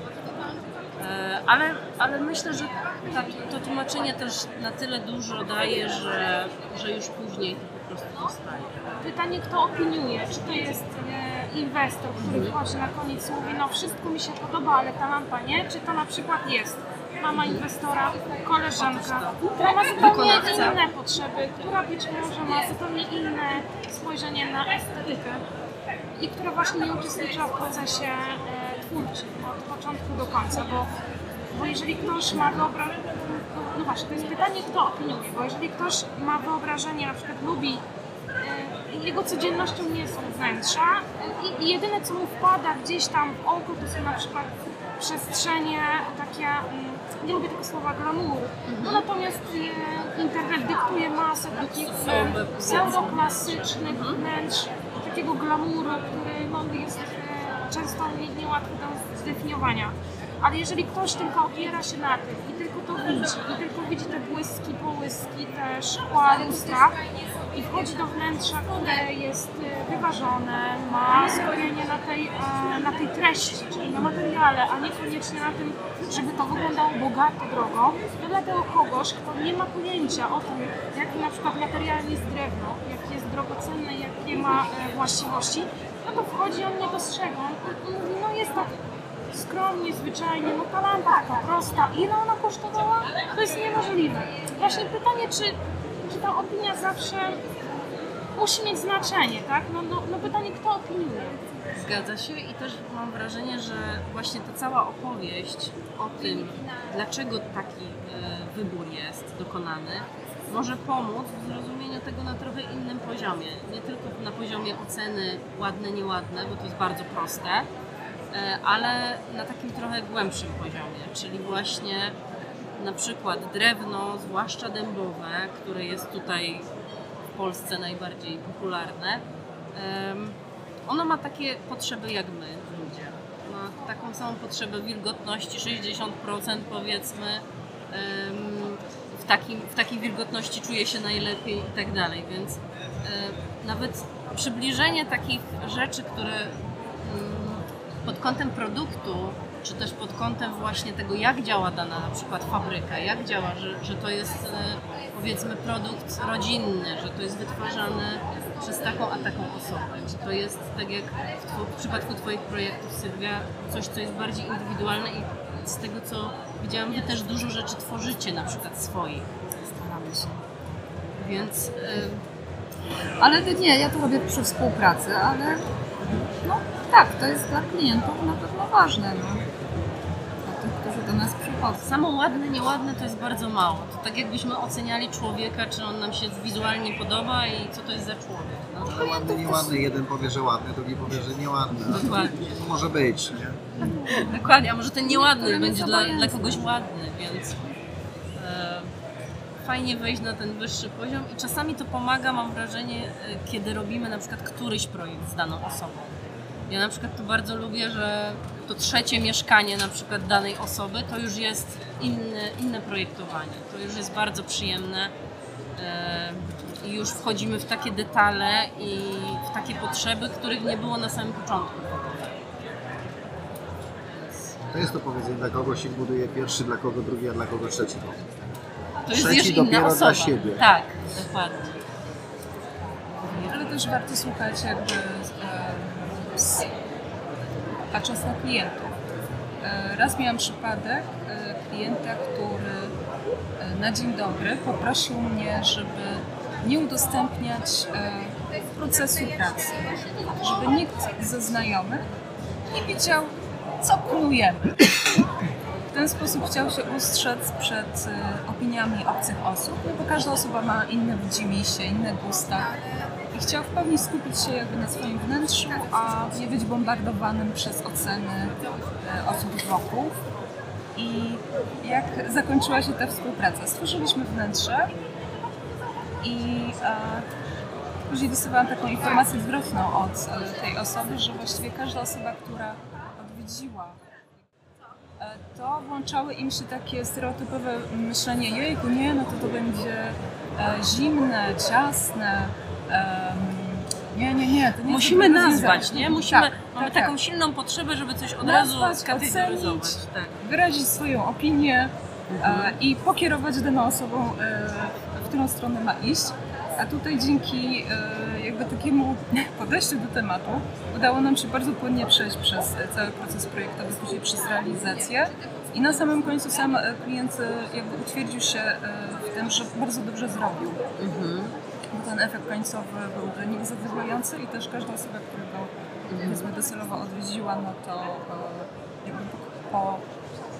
ale, ale myślę, że ta, to tłumaczenie też na tyle dużo daje, że, że już później to po prostu zostaje. Pytanie, kto opiniuje? Czy to jest e, inwestor, który wchodzi na koniec i mówi, no wszystko mi się podoba, ale ta lampa nie? Czy to na przykład jest mama inwestora, koleżanka, która ma zupełnie inne potrzeby, która być może ma zupełnie inne spojrzenie na estetykę i która właśnie nie uczestniczyła w procesie e, twórczym od początku do końca, bo bo jeżeli ktoś ma wyobrażenie, no właśnie, to jest pytanie, kto opiniuje, bo jeżeli ktoś ma wyobrażenie, na przykład lubi, y, jego codziennością nie są wnętrza i, i jedyne co mu wpada gdzieś tam w oko to są na przykład przestrzenie takie, y, nie lubię tego słowa glamour, no natomiast y, internet dyktuje masę takich y, pseudoklasycznych wnętrz, takiego glamouru, który no, jest y, często nie- niełatwy do zdefiniowania. Ale jeżeli ktoś tylko opiera się na tym i tylko to widzi, i tylko widzi te błyski, połyski, te szkła, lustra i wchodzi do wnętrza, które jest y, wyważone, ma skojenie na tej, e, na tej treści, czyli na materiale, a niekoniecznie na tym, żeby to wyglądało bogato, drogo, to dla tego kogoś, kto nie ma pojęcia o tym, jaki na przykład materiał jest drewno, jakie jest drogocenne, jakie ma e, właściwości, no to wchodzi, on nie dostrzega, on mówi, no jest tak skromnie, zwyczajnie, no ta lampa taka prosta, ile ona kosztowała? To jest niemożliwe. Właśnie pytanie, czy, czy ta opinia zawsze musi mieć znaczenie, tak? No, no, no pytanie, kto opiniuje? Zgadza się i też mam wrażenie, że właśnie ta cała opowieść o tym, dlaczego taki e, wybór jest dokonany, może pomóc w zrozumieniu tego na trochę innym poziomie. Nie tylko na poziomie oceny ładne, nieładne, bo to jest bardzo proste, ale na takim trochę głębszym poziomie, czyli właśnie na przykład drewno, zwłaszcza dębowe, które jest tutaj w Polsce najbardziej popularne, ono ma takie potrzeby jak my, ludzie. Ma taką samą potrzebę wilgotności, sześćdziesiąt procent powiedzmy, w, takim, w takiej wilgotności czuje się najlepiej i tak dalej, więc nawet przybliżenie takich rzeczy, które pod kątem produktu, czy też pod kątem właśnie tego, jak działa dana na przykład fabryka, jak działa, że, że to jest powiedzmy produkt rodzinny, że to jest wytwarzane przez taką a taką osobę, że to jest tak jak w, two, w przypadku Twoich projektów, Sylwia, coś, co jest bardziej indywidualne i z tego, co widziałam, Wy też dużo rzeczy tworzycie na przykład swoich. Staramy się. Więc... Y... Ale to nie, ja to robię przy współpracy, ale no tak, to jest dla klientów na pewno ważne, no. Dla tych, którzy do nas przychodzą. Samo ładne, nieładne to jest bardzo mało. To tak jakbyśmy oceniali człowieka, czy on nam się wizualnie podoba i co to jest za człowiek. No. Ale ładny, nieładny, jeden powie, że ładny, drugi powie, że nieładny. Dokładnie. To może być, nie? Dokładnie, a może ten nieładny Niektóre będzie są dla, obojętne. dla kogoś ładny, więc e, fajnie wejść na ten wyższy poziom i czasami to pomaga, mam wrażenie, e, kiedy robimy na przykład któryś projekt z daną osobą. Ja na przykład to bardzo lubię, że to trzecie mieszkanie na przykład danej osoby to już jest inne, inne projektowanie. To już jest bardzo przyjemne e, i już wchodzimy w takie detale i w takie potrzeby, których nie było na samym początku. To jest to powiedzenie, dla kogo się buduje pierwszy, dla kogo drugi, a dla kogo trzeci. To jest Trzeci już inna dopiero osoba. dla siebie. Tak, dokładnie. Ale też warto słuchać jakby e, z, patrząc na klientów. E, raz miałam przypadek e, klienta, który e, na dzień dobry poprosił mnie, żeby nie udostępniać e, procesu pracy, żeby nikt ze znajomych nie wiedział, co knujemy. W ten sposób chciał się ustrzec przed e, opiniami obcych osób, no bo każda osoba ma inne widzimisię, inne gusta i chciał w pełni skupić się jakby na swoim wnętrzu, a nie być bombardowanym przez oceny e, osób wokół. I jak zakończyła się ta współpraca? Stworzyliśmy wnętrze i e, później dostawałam taką informację zwrotną od e, tej osoby, że właściwie każda osoba, która odwiedziła, e, to włączały im się takie stereotypowe myślenie, jejku, nie, no to to będzie e, zimne, ciasne, e, nie, nie, nie. To nie Musimy jest dobre nazwać, rozwiązanie. nie? Musimy, tak, mamy tak, taką tak. silną potrzebę, żeby coś od Nazwać, razu skategoryzować. ocenić, Tak. wyrazić swoją opinię e, i pokierować daną osobą, e, w którą stronę ma iść. A tutaj dzięki e, jakby takiemu podejściu do tematu udało nam się bardzo płynnie przejść przez cały proces projektowy, później przez realizację. I na samym końcu sam e, klient e, jakby utwierdził się e, w tym, że bardzo dobrze zrobił. Mhm. Bo ten efekt końcowy był dla nich zadowalający i też każda osoba, która go powiedzmy docelowo odwiedziła, no to e, jakby po, po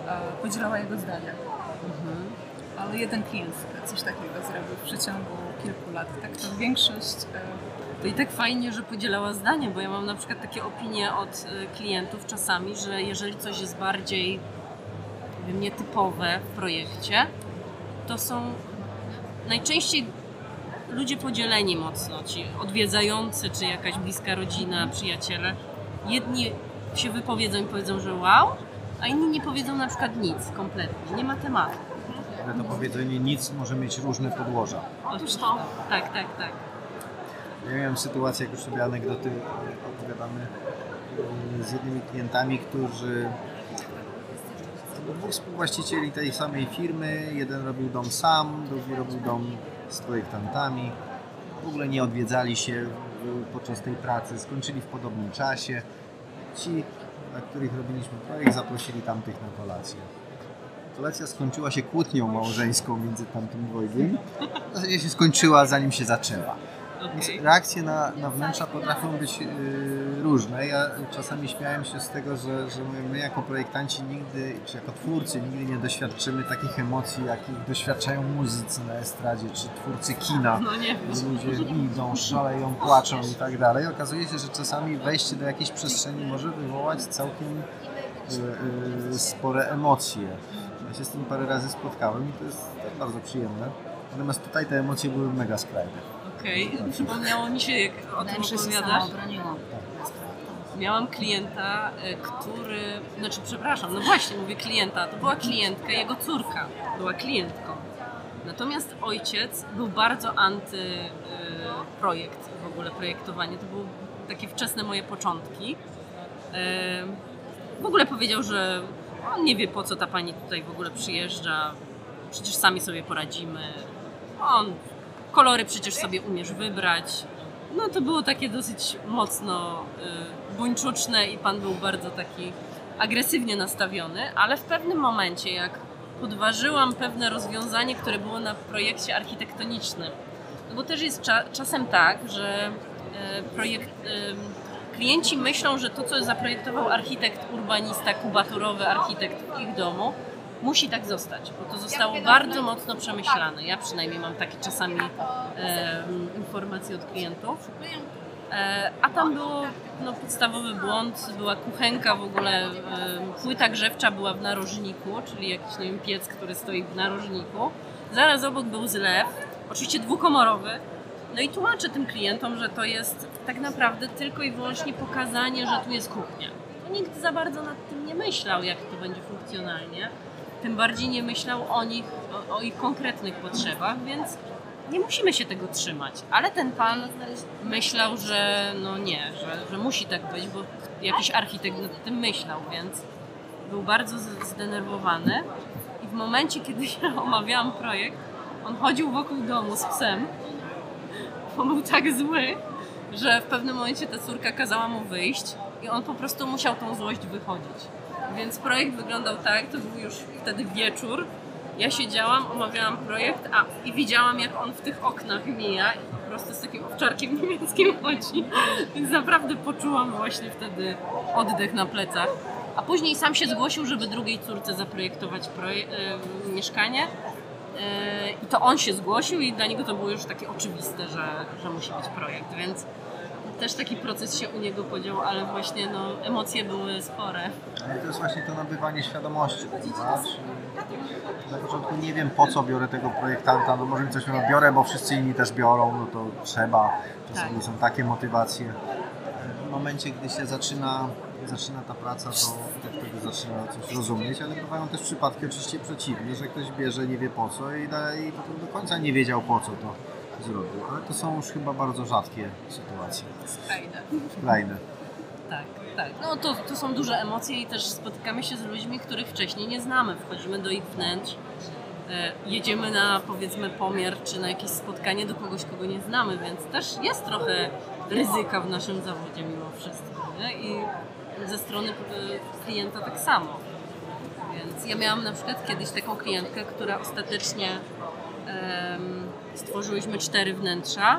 podzielała jego zdanie. Mhm. Ale jeden klient coś takiego zrobił w przeciągu kilku lat. Tak to większość... To i tak fajnie, że podzielała zdanie, bo ja mam na przykład takie opinie od klientów czasami, że jeżeli coś jest bardziej, nie wiem, nietypowe w projekcie, to są najczęściej ludzie podzieleni mocno, ci odwiedzający, czy jakaś bliska rodzina, przyjaciele. Jedni się wypowiedzą i powiedzą, że wow, a inni nie powiedzą na przykład nic kompletnie, nie ma tematu. Ale to powiedzenie nic może mieć różne podłoża. Otóż to. Tak, tak, tak. Ja miałem sytuację, jak już sobie anegdoty opowiadamy, z jednymi klientami, którzy to było dwóch współwłaścicieli tej samej firmy. Jeden robił dom sam, drugi robił dom z projektantami. W ogóle nie odwiedzali się podczas tej pracy, skończyli w podobnym czasie. Ci, dla których robiliśmy projekt, zaprosili tamtych na kolację. Kolacja skończyła się kłótnią małżeńską między tamtym dwojgiem. W zasadzie się skończyła, zanim się zaczęła. Więc reakcje na, na wnętrza potrafią być yy, różne. Ja czasami śmiałem się z tego, że, że my jako projektanci nigdy, czy jako twórcy nigdy nie doświadczymy takich emocji, jakich doświadczają muzycy na estradzie, czy twórcy kina. No nie gdzie ludzie idą, szaleją, płaczą i tak dalej. Okazuje się, że czasami wejście do jakiejś przestrzeni może wywołać całkiem yy, yy, spore emocje. Ja się z tym parę razy spotkałem i to jest bardzo przyjemne. Natomiast tutaj te emocje były mega skrajne. Okej, okay. Przypomniało mi się, jak o tym opowiadasz. Miałam klienta, który, znaczy przepraszam, no właśnie mówię klienta, to była klientka, jego córka była klientką. Natomiast ojciec był bardzo anty projekt, w ogóle projektowanie, to były takie wczesne moje początki. W ogóle powiedział, że on nie wie, po co ta pani tutaj w ogóle przyjeżdża, przecież sami sobie poradzimy. On, kolory przecież sobie umiesz wybrać. No to było takie dosyć mocno y, buńczuczne i pan był bardzo taki agresywnie nastawiony, ale w pewnym momencie, jak podważyłam pewne rozwiązanie, które było na projekcie architektonicznym, no bo też jest cza czasem tak, że y, projekt, y, klienci myślą, że to, co zaprojektował architekt, urbanista, kubaturowy architekt w ich domu, musi tak zostać, bo to zostało bardzo mocno przemyślane. Ja przynajmniej mam takie czasami e, informacje od klientów. E, a tam był no, podstawowy błąd, była kuchenka w ogóle, e, płyta grzewcza była w narożniku, czyli jakiś, nie wiem, piec, który stoi w narożniku. Zaraz obok był zlew, oczywiście dwukomorowy. No i tłumaczę tym klientom, że to jest tak naprawdę tylko i wyłącznie pokazanie, że tu jest kuchnia. To nikt za bardzo nad tym nie myślał, jak to będzie funkcjonalnie. Tym bardziej nie myślał o nich, o, o ich konkretnych potrzebach, więc nie musimy się tego trzymać. Ale ten pan myślał, że no nie, że, że musi tak być, bo jakiś architekt nad tym myślał, więc był bardzo zdenerwowany. I w momencie, kiedy ja omawiałam projekt, on chodził wokół domu z psem. On był tak zły, że w pewnym momencie ta córka kazała mu wyjść i on po prostu musiał tą złość wychodzić. Więc projekt wyglądał tak, to był już wtedy wieczór. Ja siedziałam, omawiałam projekt, a i widziałam, jak on w tych oknach mija i po prostu z takim owczarkiem niemieckim chodzi. Więc naprawdę poczułam właśnie wtedy oddech na plecach. A później sam się zgłosił, żeby drugiej córce zaprojektować proje- yy, mieszkanie. Yy, I to on się zgłosił i dla niego to było już takie oczywiste, że, że musi być projekt, więc też taki proces się u niego podział, ale właśnie no, emocje były spore. Ale to jest właśnie to nabywanie świadomości. Znaczy, na początku nie wiem, po co biorę tego projektanta, no może mi coś no, biorę, bo wszyscy inni też biorą, no to trzeba. Czasami tak. Są takie motywacje. W momencie, gdy się zaczyna, zaczyna ta praca, to wtedy zaczyna coś rozumieć, ale bywają też przypadki oczywiście przeciwne, że ktoś bierze, nie wie po co i, da, i potem do końca nie wiedział, po co to zrobił. Ale to są już chyba bardzo rzadkie sytuacje. Skrajne. Skrajne. Tak, tak. No to, to są duże emocje i też spotykamy się z ludźmi, których wcześniej nie znamy. Wchodzimy do ich wnętrz, e, jedziemy na, powiedzmy, pomiar czy na jakieś spotkanie do kogoś, kogo nie znamy, więc też jest trochę ryzyka w naszym zawodzie mimo wszystko, nie? I ze strony e, klienta tak samo. Więc ja miałam na przykład kiedyś taką klientkę, która ostatecznie e, stworzyłyśmy cztery wnętrza,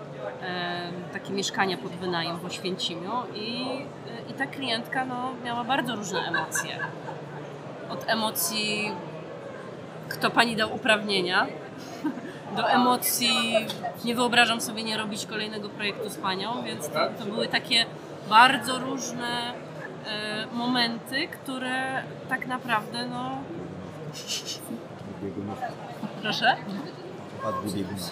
e, takie mieszkania pod wynajem w Oświęcimiu i, i ta klientka no, miała bardzo różne emocje. od emocji, kto pani dał uprawnienia, do emocji, nie wyobrażam sobie nie robić kolejnego projektu z panią, więc to, to były takie bardzo różne e, momenty, które tak naprawdę, no... Proszę? Chyba dwubiegunowa.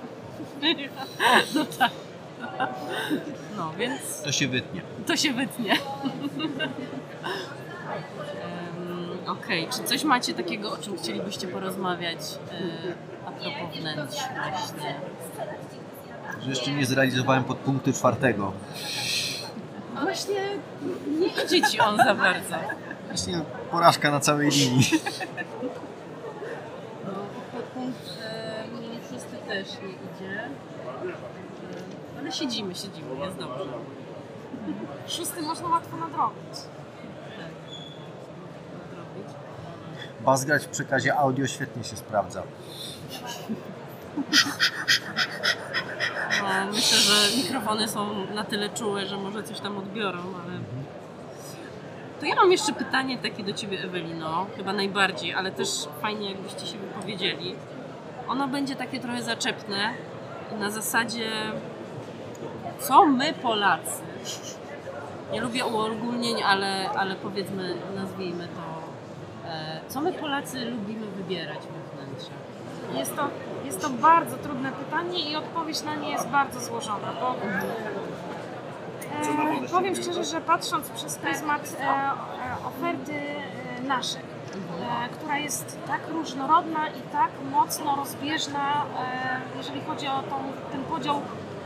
No tak. No, więc... To się wytnie. To się wytnie. um, Okej, okay. Czy coś macie takiego, o czym chcielibyście porozmawiać e, a propos wnętrz właśnie? Że jeszcze nie zrealizowałem podpunktu czwartego. Właśnie nie idzie ci on za bardzo. Właśnie porażka na całej linii. No, podpunkt e, szósty też nie idzie. E, ale siedzimy, siedzimy, jest dobrze. Szósty można łatwo nadrobić. Bas grać w przekazie audio świetnie się sprawdza. No, myślę, że mikrofony są na tyle czułe, że może coś tam odbiorą, ale... To ja mam jeszcze pytanie takie do Ciebie, Ewelino, chyba najbardziej, ale też fajnie jakbyście się wypowiedzieli. Ono będzie takie trochę zaczepne, na zasadzie co my Polacy, nie lubię uogólnień, ale, ale powiedzmy, nazwijmy to, co my Polacy lubimy wybierać we wnętrzach? Jest to, jest to bardzo trudne pytanie i odpowiedź na nie jest bardzo złożona, bo e, powiem szczerze, że patrząc przez pryzmat e, e, oferty e, naszej, e, która jest tak różnorodna i tak mocno rozbieżna, e, jeżeli chodzi o tą, ten podział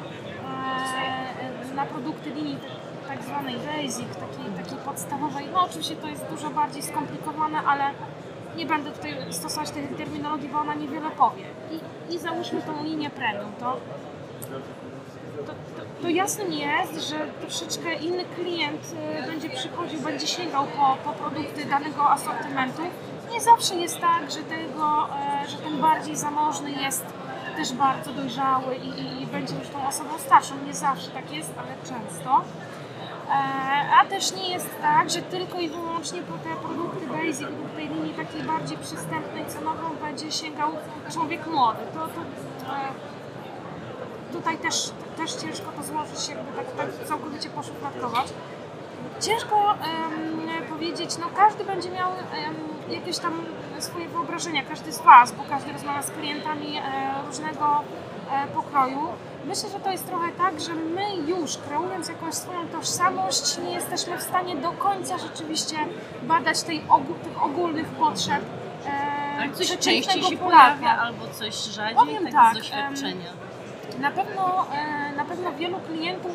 e, na produkty linii tak zwanej basic, takiej, takiej podstawowej. No oczywiście to jest dużo bardziej skomplikowane, ale nie będę tutaj stosować tej terminologii, bo ona niewiele powie. I, i załóżmy tą linię premium, to, to, to, to jasne jest, że troszeczkę inny klient y, będzie przychodził, będzie sięgał po, po produkty danego asortymentu. Nie zawsze jest tak, że, tego, y, że ten bardziej zamożny jest też bardzo dojrzały i, i, i będzie już tą osobą starszą. Nie zawsze tak jest, ale często. A też nie jest tak, że tylko i wyłącznie po te produkty basic lub tej linii takiej bardziej przystępnej cenową będzie sięgał człowiek młody. To, to, tutaj też, też ciężko to złożyć, jakby tak, tak całkowicie poszufladkować. Ciężko um, powiedzieć, no każdy będzie miał um, jakieś tam swoje wyobrażenia, każdy z Was, bo każdy rozmawia z klientami e, różnego e, pokroju. Myślę, że to jest trochę tak, że my już kreując jakąś swoją tożsamość nie jesteśmy w stanie do końca rzeczywiście badać tej ogół, tych ogólnych potrzeb e, tak, coś przeciętnego częściej się Polaka. pojawia albo coś rzadziej, Powiem tak, tak, z doświadczenia. Em, na, pewno, e, na pewno wielu klientów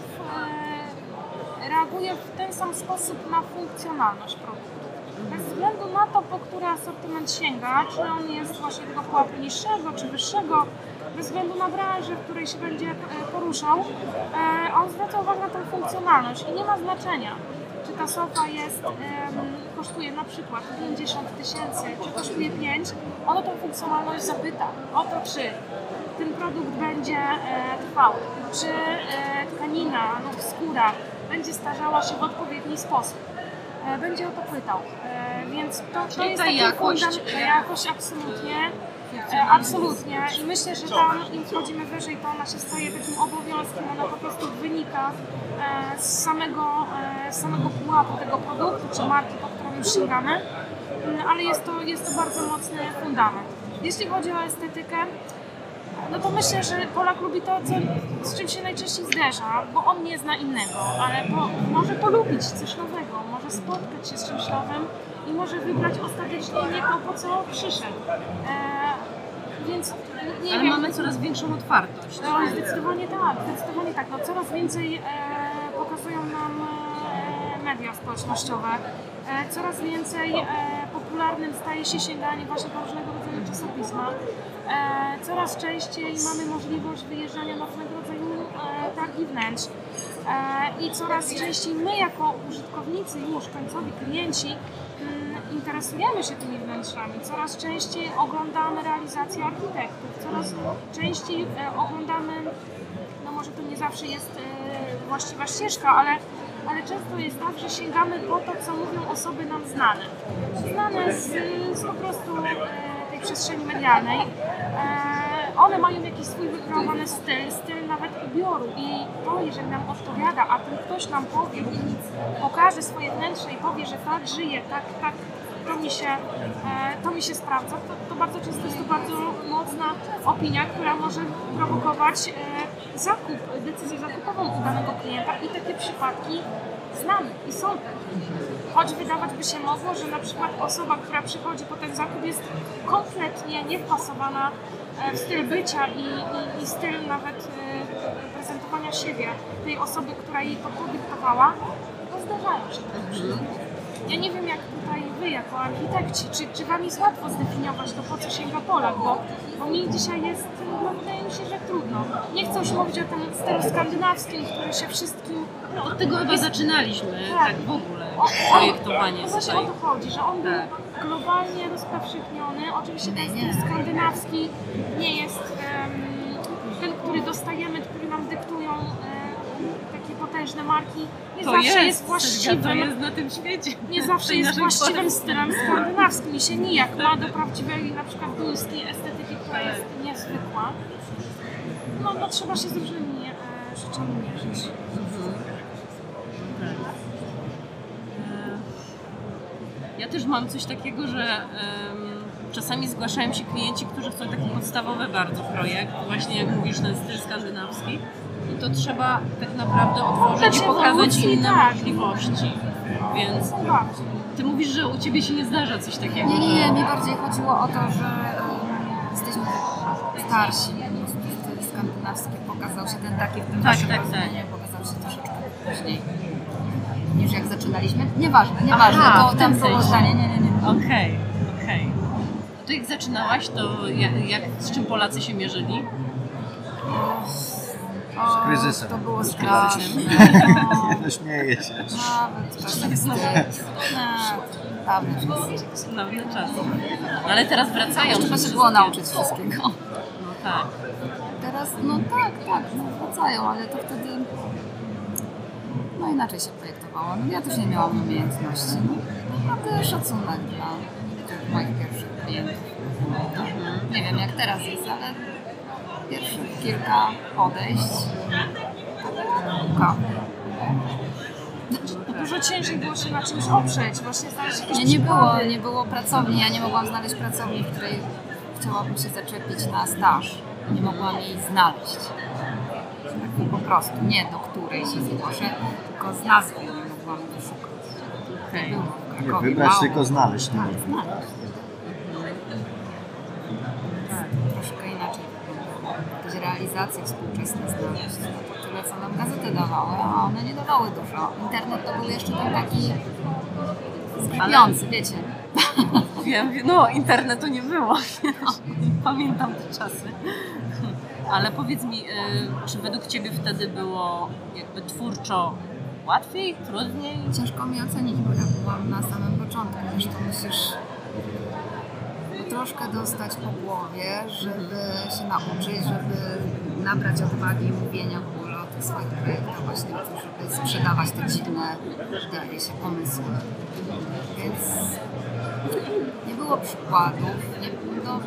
e, reaguje w ten sam sposób na funkcjonalność produktu. Bez względu na to, po który asortyment sięga, czy on jest właśnie tego pułapu niższego, czy wyższego, bez względu na branżę, w której się będzie poruszał, on zwraca uwagę na tą funkcjonalność i nie ma znaczenia, czy ta sofa jest, kosztuje na przykład pięćdziesiąt tysięcy, czy kosztuje pięć, on o tą funkcjonalność zapyta, o to, czy ten produkt będzie trwał, czy tkanina lub skóra będzie starzała się w odpowiedni sposób. Będzie o to pytał, więc to, to jest ta taki jakość, fundament, ta jakość absolutnie, absolutnie i myślę, że tam im wchodzimy wyżej, to ona się staje takim obowiązkiem, ona po prostu wynika z samego, z samego pułapu tego produktu czy marki, po którą już sięgamy, ale jest to, jest to bardzo mocny fundament. Jeśli chodzi o estetykę, no to myślę, że Polak lubi to, co, z czym się najczęściej zderza, bo on nie zna innego, ale po, może polubić coś nowego, może spotkać się z czymś nowym i może wybrać ostatecznie nie to, po co przyszedł. E, więc nie Ale wiem. mamy coraz większą otwartość. No, zdecydowanie tak, zdecydowanie tak. No, coraz więcej e, pokazują nam e, media społecznościowe, e, coraz więcej e, popularnym staje się sięganie właśnie po różnego rodzaju czasopisma. E, coraz częściej mamy możliwość wyjeżdżania na różnego rodzaju e, targi wnętrz e, i coraz częściej my jako użytkownicy już, końcowi klienci m, interesujemy się tymi wnętrzami, coraz częściej oglądamy realizację architektów, coraz częściej e, oglądamy, no może to nie zawsze jest e, właściwa ścieżka, ale ale często jest tak, że sięgamy po to, co mówią osoby nam znane. Znane z, z po prostu e, tej przestrzeni medialnej. E, one mają jakiś swój wykreowany styl, styl nawet ubioru i to, jeżeli nam odpowiada, a ten ktoś nam powie i pokaże swoje wnętrze i powie, że tak żyje, tak, tak, to mi się, e, to mi się sprawdza, to, to bardzo często jest to bardzo mocna opinia, która może prowokować e, zakup, decyzję zakupową u danego klienta i takie przypadki znamy i są takie. Choć wydawać by się mogło, że na przykład osoba, która przychodzi po ten zakup jest kompletnie niewpasowana w styl bycia i, i, i styl nawet e, prezentowania siebie tej osoby, która jej to podyktowała, to zdarzają się takie przypadki. Ja nie wiem, jak tutaj wy, jako architekci, czy, czy wam jest łatwo zdefiniować to, po co sięga Polak, bo, bo mi dzisiaj jest, no, wydaje mi się, że trudno. Nie chcę już mówić o tym stylu skandynawskim, który się wszystkim... No, od tego chyba zaczynaliśmy, tak, tak w ogóle, o, projektowanie o, właśnie tutaj. o to chodzi, że on był Tak. globalnie rozpowszechniony. Oczywiście ten styl skandynawski nie jest um, ten, który dostajemy, który nam dyktują um, takie potężne marki. Nie To zawsze jest, jest właściwym. to jest na tym świecie. Nie zawsze tej jest naszej właściwym Polsce. stylem skandynawskim i się nijak ma do prawdziwej, na przykład duńskiej estetyki, która jest niezwykła. No, no trzeba się z różnymi e, rzeczami mierzyć. Ja też mam coś takiego, że um, czasami zgłaszają się klienci, którzy chcą taki podstawowy bardzo projekt, właśnie jak mówisz, ten styl skandynawski, i to trzeba tak naprawdę otworzyć i pokazać ewolucji, inne tak. możliwości. Więc Bardziej. ty mówisz, że u ciebie się nie zdarza coś takiego. Nie, nie, nie, mi bardziej chodziło o to, że um, jesteśmy starsi, po prostu styl skandynawski pokazał się ten taki w tym Tak, naszym tak, rozumieniu, pokazał się troszeczkę później niż jak zaczynaliśmy. Nieważne, nieważne, Aha, to w tam tym było sensie. zdanie, nie, nie, nie. Okej, okej. To jak zaczynałaś, to jak, jak, z czym Polacy się mierzyli? O, Z kryzysem. To było Z straszne. Nie, no śmieję się. Nawet czasem wstyd. No, dawne czasy. Dawne czasy. No ale teraz wracają. Trzeba się wszystkie- było nauczyć wszystkiego. No tak. Teraz, no tak, tak, no wracają, ale to wtedy no inaczej się projektowało. No, ja też nie miałam umiejętności. No, naprawdę szacunek dla tych moich pierwszych klientów. Nie wiem jak teraz jest, ale pierwszych kilka podejść nauka. Dużo ciężej było się na czymś oprzeć, właśnie znaleźć jakieś Nie, nie było, przykłady. nie było pracowni, ja nie mogłam znaleźć pracowni, w której chciałabym się zaczepić na staż. Nie mogłam jej znaleźć. Tak po prostu, nie do której się zgłoszę, tylko z nazwy nie mogłam doszukać. Okej. Było w Nie Krakowie wybrać, mało. tylko znaleźć. Tak, znaleźć. Tak, troszkę inaczej wyglądało. Jakieś realizacje współczesne znaleźć. No to tyle, co nam gazety dawały, a one nie dawały dużo. Internet to był jeszcze ten taki zgrypiący, wiecie. Wiem, wiem, no internetu nie było, pamiętam te czasy. Ale powiedz mi, y, czy według ciebie wtedy było jakby twórczo łatwiej, trudniej? Ciężko mi ocenić, bo ja byłam na samym początku. Wiesz, to musisz troszkę dostać po głowie, żeby się nauczyć, żeby nabrać odwagi mówienia w ogóle o tych swoich projektach, właśnie o tym, żeby sprzedawać te dziwne, wydaje się, pomysły. Więc nie było przykładów, nie było...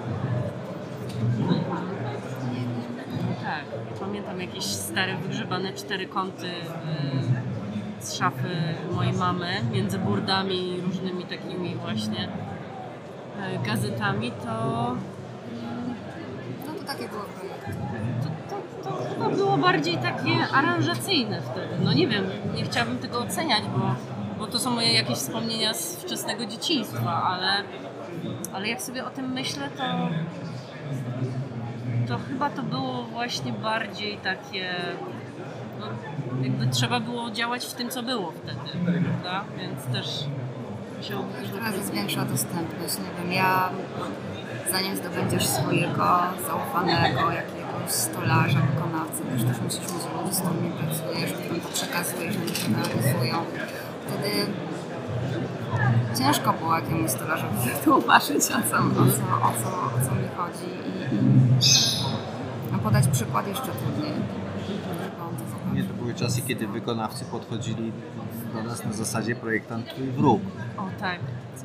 Nie, nie. Tak, pamiętam jakieś stare, wygrzebane cztery kąty y, z szafy mojej mamy, między burdami i różnymi takimi właśnie y, gazetami, to No to takie było projekty. to, to, to chyba było bardziej takie aranżacyjne wtedy. No nie wiem, nie chciałabym tego oceniać, bo, bo to są moje jakieś wspomnienia z wczesnego dzieciństwa, ale, ale jak sobie o tym myślę, to to chyba to było właśnie bardziej takie, no, jakby trzeba było działać w tym, co było wtedy, prawda? Więc też musiałoby też Teraz jest większa dostępność. Nie wiem, ja zanim zdobędziesz swojego zaufanego jakiegoś stolarza, wykonawcę, też też musisz mieć ludzi, z którymi pracujesz, którym to przekazujesz, oni to realizują. Wtedy ciężko było jakiemuś stolarzowi wytłumaczyć, o co, o co, o co, o co mi chodzi i, i no, podać przykład jeszcze trudniej, żeby on to zobaczył. mnie to były czasy, kiedy wykonawcy podchodzili do nas na zasadzie projektant twój wróg. O tak.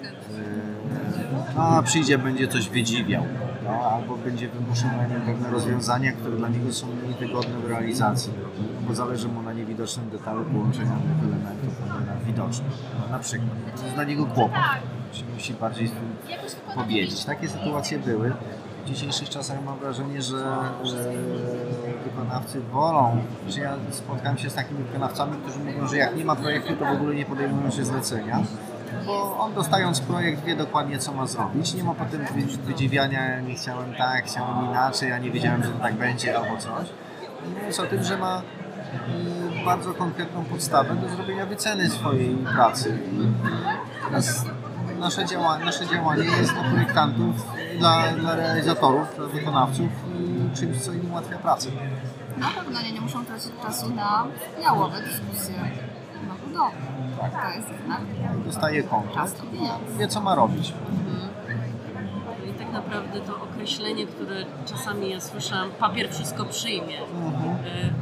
No, a przyjdzie, będzie coś wydziwiał, no, albo będzie wymuszał na nim pewne rozwiązania, które dla niego są mniej wygodne w realizacji, bo zależy mu na niewidocznym detalu połączenia tych elementów, a nie na widocznym. No, na przykład. To jest dla niego kłopot. Się musi bardziej z tym powiedzieć. Takie sytuacje były. W dzisiejszych czasach mam wrażenie, że, że wykonawcy wolą, że ja spotkałem się z takimi wykonawcami, którzy mówią, że jak nie ma projektu, to w ogóle nie podejmują się zlecenia, bo on dostając projekt wie dokładnie, co ma zrobić, nie ma potem wydziwiania, nie chciałem tak, chciałem inaczej, ja nie wiedziałem, że to tak będzie albo coś. Mówiąc o tym, że ma y, bardzo konkretną podstawę do zrobienia wyceny swojej pracy. Teraz nasze, działa, nasze działanie jest dla projektantów, dla, dla realizatorów, dla wykonawców y, czymś, co im ułatwia pracę. Na pewno nie, nie muszą tracić czasu na jałowe dyskusje na budowę. To jest jednak Dostaje konto, czas to pieniądze. wie, co ma robić. I tak naprawdę to określenie, które czasami ja słyszałam, papier wszystko przyjmie. Mhm.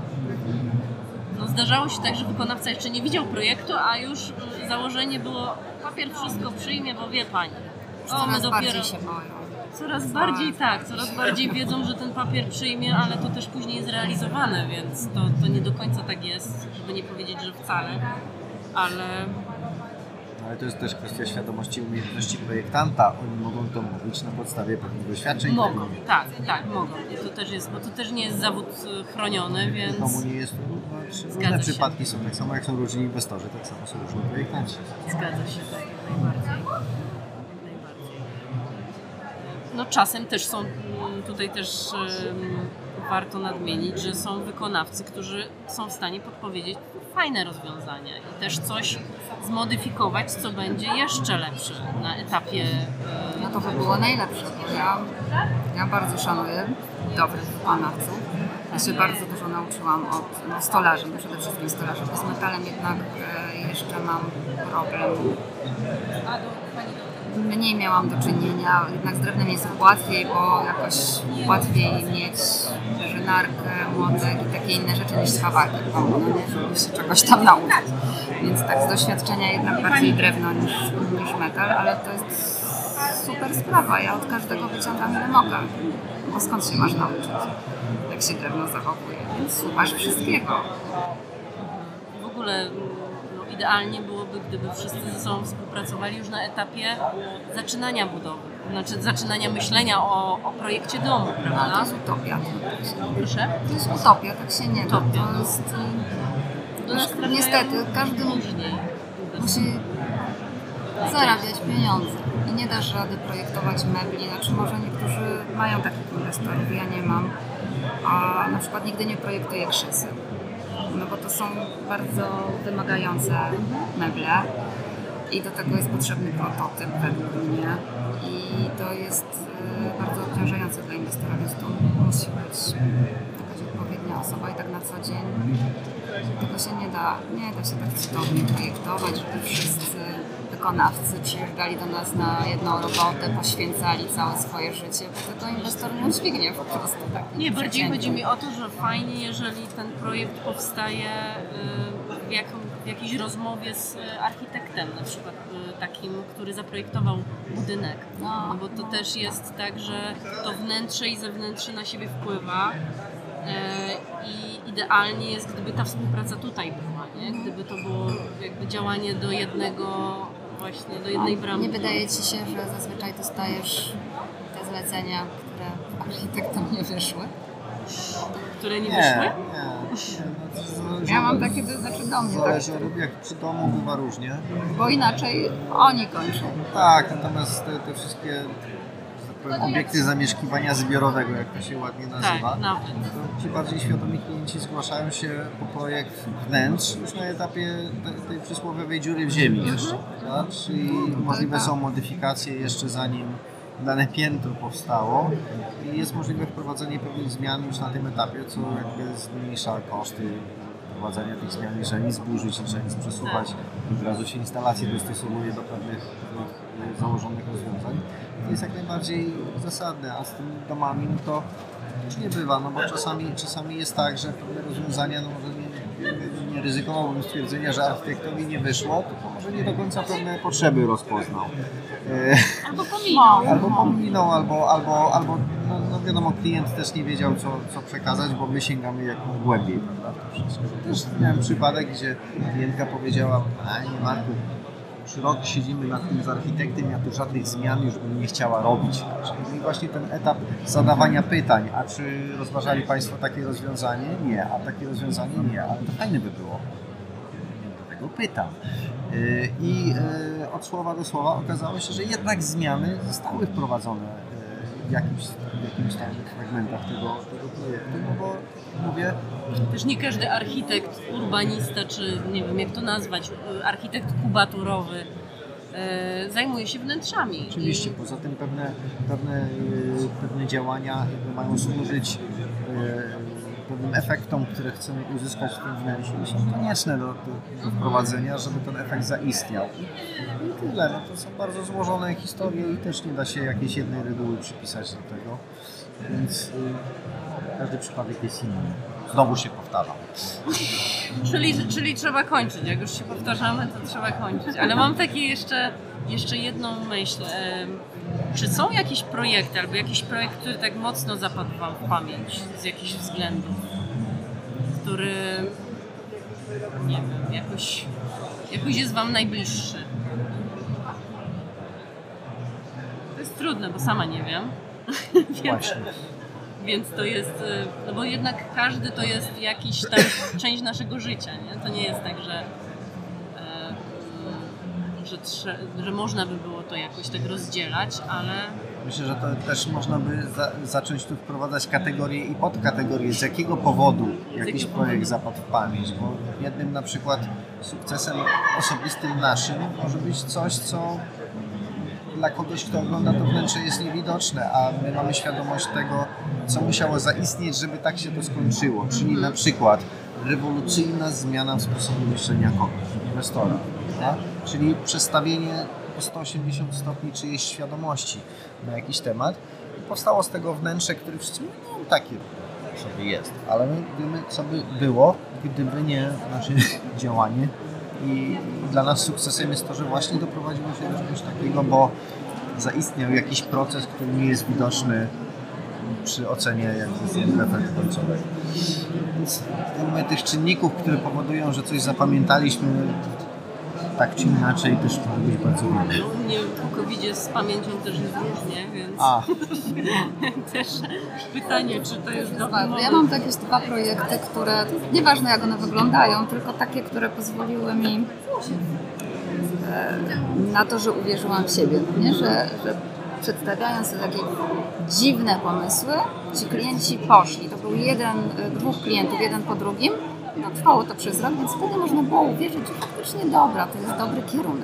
No, zdarzało się tak, że wykonawca jeszcze nie widział projektu, a już założenie było papier wszystko przyjmie, bo wie pani. O, my Coraz dopiero bardziej się boją. coraz bardziej tak, coraz bardziej wiedzą, że ten papier przyjmie, ale to też później jest realizowane, więc to, to nie do końca tak jest, żeby nie powiedzieć, że wcale, ale Ale to jest też kwestia świadomości i umiejętności projektanta. Oni mogą to mówić na podstawie pewnych doświadczeń. mogą, tak, tak, mogą. I to też jest, bo to też nie jest zawód e, chroniony, więc Komu nie jest to, znaczy, różne Zgadza się. przypadki są, tak samo jak są różni inwestorzy, tak samo są różni projektanci. zgadza się, tak, jak najbardziej. Jak najbardziej. No czasem też są, mm, tutaj też em, warto nadmienić, że są wykonawcy, którzy są w stanie podpowiedzieć fajne rozwiązania i też coś zmodyfikować, co będzie jeszcze lepsze na etapie No to by było najlepsze, bo ja, ja bardzo szanuję dobrych wykonawców. Ja się bardzo dużo nauczyłam od no, stolarzy, no przede wszystkim stolarzy, bo z metalem jednak e, jeszcze mam problem. Mniej miałam do czynienia, jednak z drewnem jest łatwiej, bo jakoś łatwiej mieć żynarkę, młotek i takie inne rzeczy niż spawarkę, no nie, żeby się czegoś tam nauczyć. Więc tak, z doświadczenia jednak bardziej drewno niż, niż metal, ale to jest super sprawa. Ja od każdego wyciągam ile mogę. Bo skąd się masz nauczyć, jak się drewno zachowuje? Więc słuchasz wszystkiego. w ogóle no, idealnie byłoby, gdyby wszyscy ze sobą współpracowali już na etapie zaczynania budowy, znaczy zaczynania myślenia o, o projekcie domu, Ale to prawda? jest utopia. Proszę? To jest utopia, tak się nie da. Utopia. To jest, Do nas trafiają niestety, każdy później. musi zarabiać pieniądze i nie dasz rady projektować mebli. Znaczy może niektórzy mają takich inwestorów, ja nie mam. A na przykład nigdy nie projektuję krzeseł, no bo to są bardzo wymagające meble i do tego jest potrzebny prototyp według mnie i to jest y, bardzo obciążające dla inwestora, więc to musi być jakaś odpowiednia osoba i tak na co dzień tego się nie da, nie da się tak cudownie projektować, żeby wszyscy wykonawcy przyjeżdżali do nas na jedną robotę, poświęcali całe swoje życie, bo tego inwestor nie udźwignie po prostu. Tak, Nie, bardziej chodzi mi o to, że fajnie, jeżeli ten projekt powstaje y, w, jaką, w jakiejś rozmowie z y, architektem, na przykład y, takim, który zaprojektował budynek. No. No bo to też jest tak, że to wnętrze i zewnętrzne na siebie wpływa. I idealnie jest, gdyby ta współpraca tutaj była, nie? Gdyby to było jakby działanie do jednego, właśnie do jednej bramki. Nie wydaje Ci się, że zazwyczaj dostajesz te zlecenia, które architektom nie wyszły? Które nie, Nie, wyszły? nie. nie no, zależy, Ja mam takie, to znaczy do mnie, tak, Zależy od jak przy domu bywa różnie. bo inaczej oni kończą. Tak, natomiast te, te wszystkie, że tak powiem, obiekty zamieszkiwania zbiorowego, jak to się ładnie nazywa, Tak, nawet. to ci bardziej świadomi klienci zgłaszają się po projekt wnętrz już na etapie tej, tej przysłowiowej dziury w ziemi jeszcze, tak? Czyli możliwe są modyfikacje jeszcze zanim dane piętro powstało i jest możliwe wprowadzenie pewnych zmian już na tym etapie, co jakby zmniejsza koszty wprowadzania tych zmian, jeżeli nic zburzyć, jeżeli nic przesuwać, od razu się instalacje dostosowuje do pewnych, pewnych założonych rozwiązań. To jest jak najbardziej zasadne, a z tymi domami no to już nie bywa, no bo czasami, czasami jest tak, że pewne rozwiązania no może nie, nie ryzykowałbym stwierdzenia, że architektowi nie wyszło, tylko może nie do końca pewne potrzeby rozpoznał. Albo pominął. Albo pominął, albo, albo, albo no, no wiadomo, klient też nie wiedział, co, co przekazać, bo my sięgamy jak głębiej, prawda, w to wszystko. Też miałem przypadek, gdzie klientka powiedziała: a nie Marku, już rok siedzimy nad tym z architektem, ja tu żadnych zmian już bym nie chciała robić. Czyli właśnie ten etap zadawania pytań, a czy rozważali Państwo takie rozwiązanie? Nie, a takie rozwiązanie nie, ale to fajne by było. Do tego pytam. I od słowa do słowa okazało się, że jednak zmiany zostały wprowadzone w jakimś, w jakimś tam fragmentach tego, tego projektu, no bo mówię... Też nie każdy architekt, urbanista, czy nie wiem jak to nazwać, architekt kubaturowy zajmuje się wnętrzami. Oczywiście, poza tym pewne, pewne, pewne działania mają służyć pewnym efektom, które chcemy uzyskać w tym wnętrzu, są konieczne do, do, do wprowadzenia, żeby ten efekt zaistniał. I tyle. No to są bardzo złożone historie i też nie da się jakiejś jednej reguły przypisać do tego, więc y, każdy przypadek jest inny. Znowu się powtarzam. Czyli, czyli trzeba kończyć. Jak już się powtarzamy, to trzeba kończyć. Ale mam takie jeszcze, jeszcze jedną myśl. Czy są jakieś projekty, albo jakiś projekt, który tak mocno zapadł Wam w pamięć z jakichś względów, który, nie wiem, jakoś, jakoś jest Wam najbliższy? To jest trudne, bo sama nie wiem. Właśnie. Więc to jest, no bo jednak każdy to jest jakiś tam część naszego życia, nie? To nie jest tak, że, że, trze, że można by było to jakoś tak rozdzielać, ale... Myślę, że to też można by za, zacząć tu wprowadzać kategorie i podkategorie, z jakiego powodu jakiś projekt zapadł w pamięć, bo jednym na przykład sukcesem osobistym naszym może być coś, co dla kogoś, kto ogląda to wnętrze, jest niewidoczne, a my mamy świadomość tego, co musiało zaistnieć, żeby tak się to skończyło. Czyli na przykład rewolucyjna zmiana w sposobie myślenia kogoś, inwestora. Tak? Czyli przestawienie o sto osiemdziesiąt stopni czyjejś świadomości na jakiś temat. I powstało z tego wnętrze, które wszyscy mówią, no takie sobie jest. Ale my wiemy, co by było, gdyby nie nasze działanie. I dla nas sukcesem jest to, że właśnie doprowadziło się do czegoś takiego, bo zaistniał jakiś proces, który nie jest widoczny przy ocenie jakiegoś efektu końcowego. Więc mamy tych czynników, które powodują, że coś zapamiętaliśmy, tak czy inaczej też może być bardzo wiele. No, nie, po kowidzie z pamięcią też jest różnie, więc A. też pytanie, czy to jest dobry moment. Ja mam jakieś dwa projekty, które, nieważne jak one wyglądają, tylko takie, które pozwoliły mi e, na to, że uwierzyłam w siebie, nie? Że, że przedstawiając takie dziwne pomysły, ci klienci poszli. To był jeden, dwóch klientów, jeden po drugim. No, trwało to przez rok, więc wtedy można było uwierzyć, że faktycznie dobra, to jest dobry kierunek.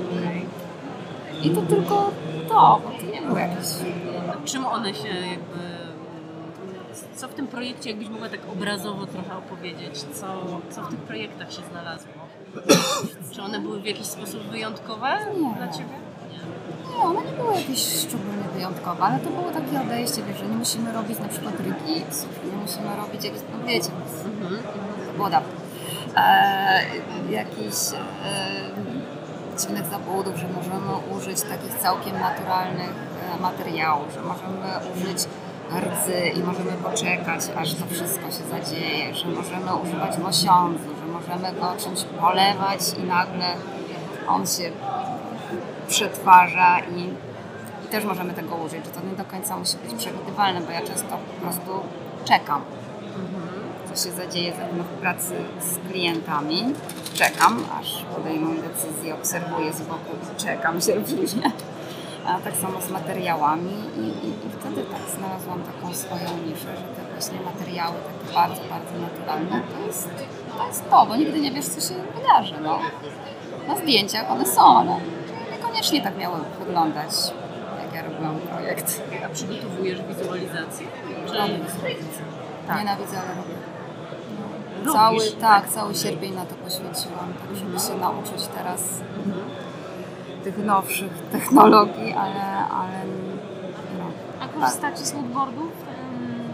I to tylko to, bo to nie było jakieś... Czym one się jakby... Co w tym projekcie, jakbyś mogła tak obrazowo trochę opowiedzieć? Co, co w tych projektach się znalazło? Czy one były w jakiś sposób wyjątkowe Nie. dla Ciebie? Nie. Nie, one nie były jakieś szczególnie wyjątkowe, ale to było takie odejście, wiesz, że nie musimy robić na przykład rigipsów, nie musimy robić jakichś, no wiecie, Mhm. to było dawno. E, jakichś e, dziwnych zabudów, że możemy użyć takich całkiem naturalnych e, materiałów, że możemy użyć rdzy i możemy poczekać, aż to wszystko się zadzieje, że możemy używać mosiądzu, że możemy go czymś polewać i nagle on się przetwarza i, i też możemy tego użyć, że to nie do końca musi być przewidywalne, bo ja często po prostu czekam, co się zadzieje zarówno w pracy z klientami, czekam, aż podejmą decyzję, obserwuję z boku i czekam cierpliwie. A tak samo z materiałami i, i, i wtedy tak znalazłam taką swoją niszę, że te właśnie materiały takie bardzo, bardzo naturalne to jest, to jest to, bo nigdy nie wiesz, co się wydarzy. No. Na zdjęciach one są, ale niekoniecznie tak miały wyglądać, jak ja robiłam projekt. A przygotowujesz wizualizację? Czy... Tak. Nienawidzę, ale robię. Lubisz? Cały, tak, cały sierpień na to poświęciłam, tak żeby się nauczyć teraz tych nowszych technologii, ale, ale no. A korzystacie z moodboardów?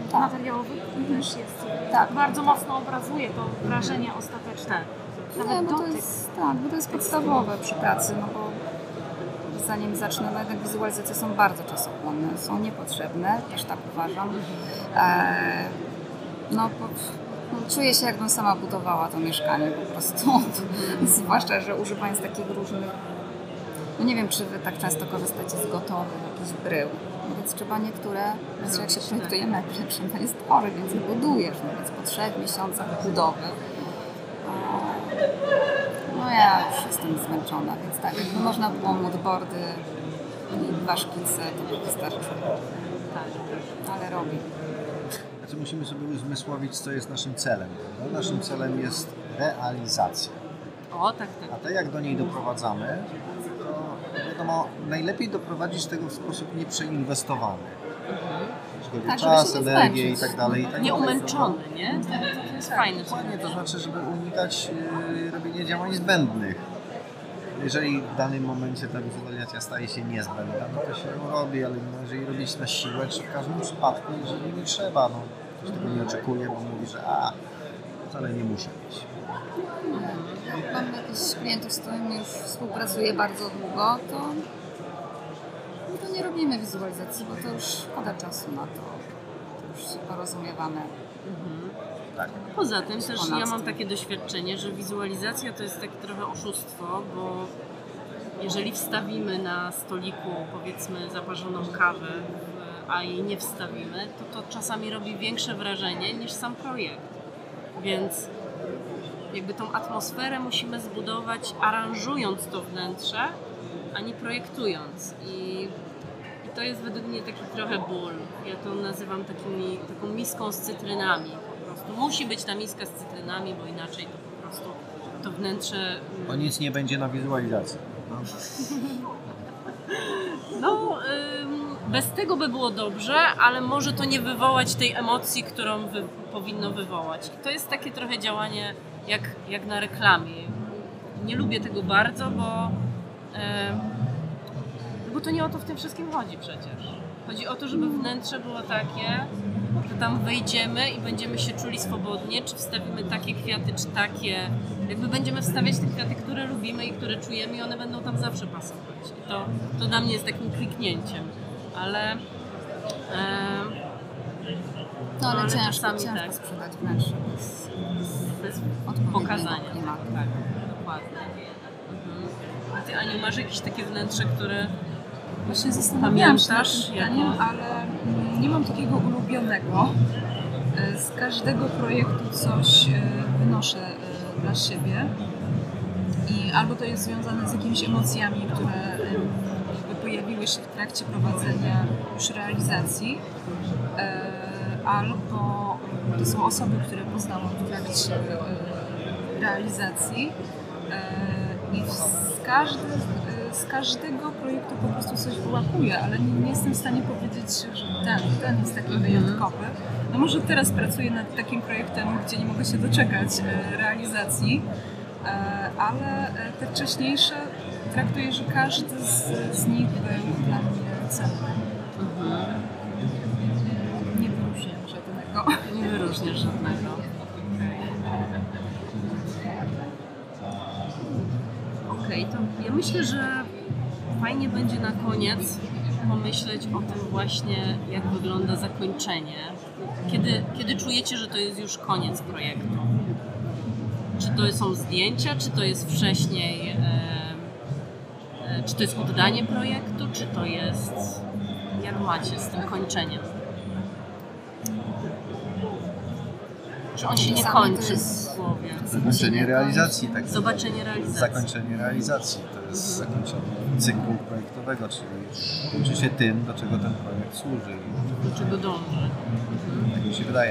Tak. materiałowych też jest. Tak. Bardzo mocno obrazuje to wrażenie ostateczne. Nawet Nie, bo to dotyk. jest, tak, bo to jest podstawowe przy pracy, no bo zanim zacznę, no jednak wizualizacje są bardzo czasochłonne, są niepotrzebne, też tak uważam. E, no, po, no czuję się, jakbym sama budowała to mieszkanie po prostu, zwłaszcza, że używając takich różnych, no nie wiem, czy wy tak często korzystacie z gotowych jakichś brył, no więc trzeba niektóre, znaczy jak się projektuje meble, przynajmniej jest spory, więc je budujesz, no więc po trzech miesiącach budowy no ja już jestem zmęczona, więc tak, jakby można było moodboardy i dwa szkice, to by wystarczyło. Tak, ale robi. Znaczy musimy sobie uzmysłowić, co jest naszym celem. No, naszym celem jest realizacja. O, tak, tak. A to jak do niej doprowadzamy, to wiadomo, najlepiej doprowadzić tego w sposób nieprzeinwestowany. Jeśli chodzi o Tak, żeby czas, się nie energię i zmęczyć. tak dalej. I tak Nie dalej. umęczony, nie? To, to jest fajne. Dokładnie, to znaczy, żeby unikać yy, robienia działań zbędnych. Jeżeli w danym momencie ta wizualizacja staje się niezbędna, no to się ją robi, ale no, jeżeli robić na siłę, czy w każdym przypadku, jeżeli nie trzeba, no ktoś tego nie oczekuje, bo mówi, że a, wcale nie muszę mieć. Jak mam jakichś klientów, z którymi już współpracuję bardzo długo, to, no to nie robimy wizualizacji, bo to już szkoda czasu na to. To już się porozumiewamy. Tak. Poza tym też ja mam ponadto. takie doświadczenie, że wizualizacja to jest takie trochę oszustwo, bo jeżeli wstawimy na stoliku, powiedzmy, zaparzoną kawę, a jej nie wstawimy, to to czasami robi większe wrażenie niż sam projekt. Więc jakby tą atmosferę musimy zbudować aranżując to wnętrze, a nie projektując. I, i to jest według mnie taki trochę ból. Ja to nazywam takimi, taką miską z cytrynami. Po prostu musi być ta miska z cytrynami, bo inaczej to po prostu to wnętrze... Bo nic nie będzie na wizualizacji. No. No, ym, bez tego by było dobrze, ale może to nie wywołać tej emocji, którą wy, powinno wywołać. I to jest takie trochę działanie jak, jak na reklamie. Nie lubię tego bardzo, bo, ym, bo to nie o to w tym wszystkim chodzi przecież. Chodzi o to, żeby wnętrze było takie, że tam wejdziemy i będziemy się czuli swobodnie, czy wstawimy takie kwiaty, czy takie. Jakby będziemy wstawiać te kwiaty, które lubimy i które czujemy i one będą tam zawsze pasować. I to, to dla mnie jest takim kliknięciem. Ale, e, No ale, ale ciężko, czasami ciężko tak. sprzedać wnętrze bez, bez odpowiedniego pokazania. klimatu. Tak, dokładnie. Mhm. A ty, Aniu, masz jakieś takie wnętrze, które... Właśnie zastanawiałam się nad Pamiętasz, tym pytaniem, jako- ale nie mam takiego ulubionego. Z każdego projektu coś e, wynoszę e, dla siebie i albo to jest związane z jakimiś emocjami, które e, jakby pojawiły się w trakcie prowadzenia już realizacji, e, albo to są osoby, które poznałam w trakcie e, realizacji e, i z, każdy, z każdego projektu po prostu coś wyłapuję, ale nie, nie jestem w stanie powiedzieć, że ten, ten jest taki wyjątkowy. No może teraz pracuję nad takim projektem, gdzie nie mogę się doczekać e, realizacji, e, ale e, te wcześniejsze traktuję, że każdy z, z nich był dla mnie cenny. Nie wyróżniam żadnego. Nie wyróżniasz żadnego. Okej, okay, to ja myślę, że fajnie będzie na koniec pomyśleć o tym właśnie, jak wygląda zakończenie. Kiedy, kiedy czujecie, że to jest już koniec projektu? Czy to są zdjęcia, czy to jest wcześniej, e, e, czy to jest oddanie projektu, czy to jest... Jak macie z tym kończeniem? Czy on się nie Czasami kończy to jest- w głowie? Zakończenie realizacji. Tak Zobaczenie realizacji. Zakończenie realizacji to jest zakończenie cyklu projektowego, czyli kończy się tym, do czego ten projekt służy. I Do czego dąży? tak mi się wydaje.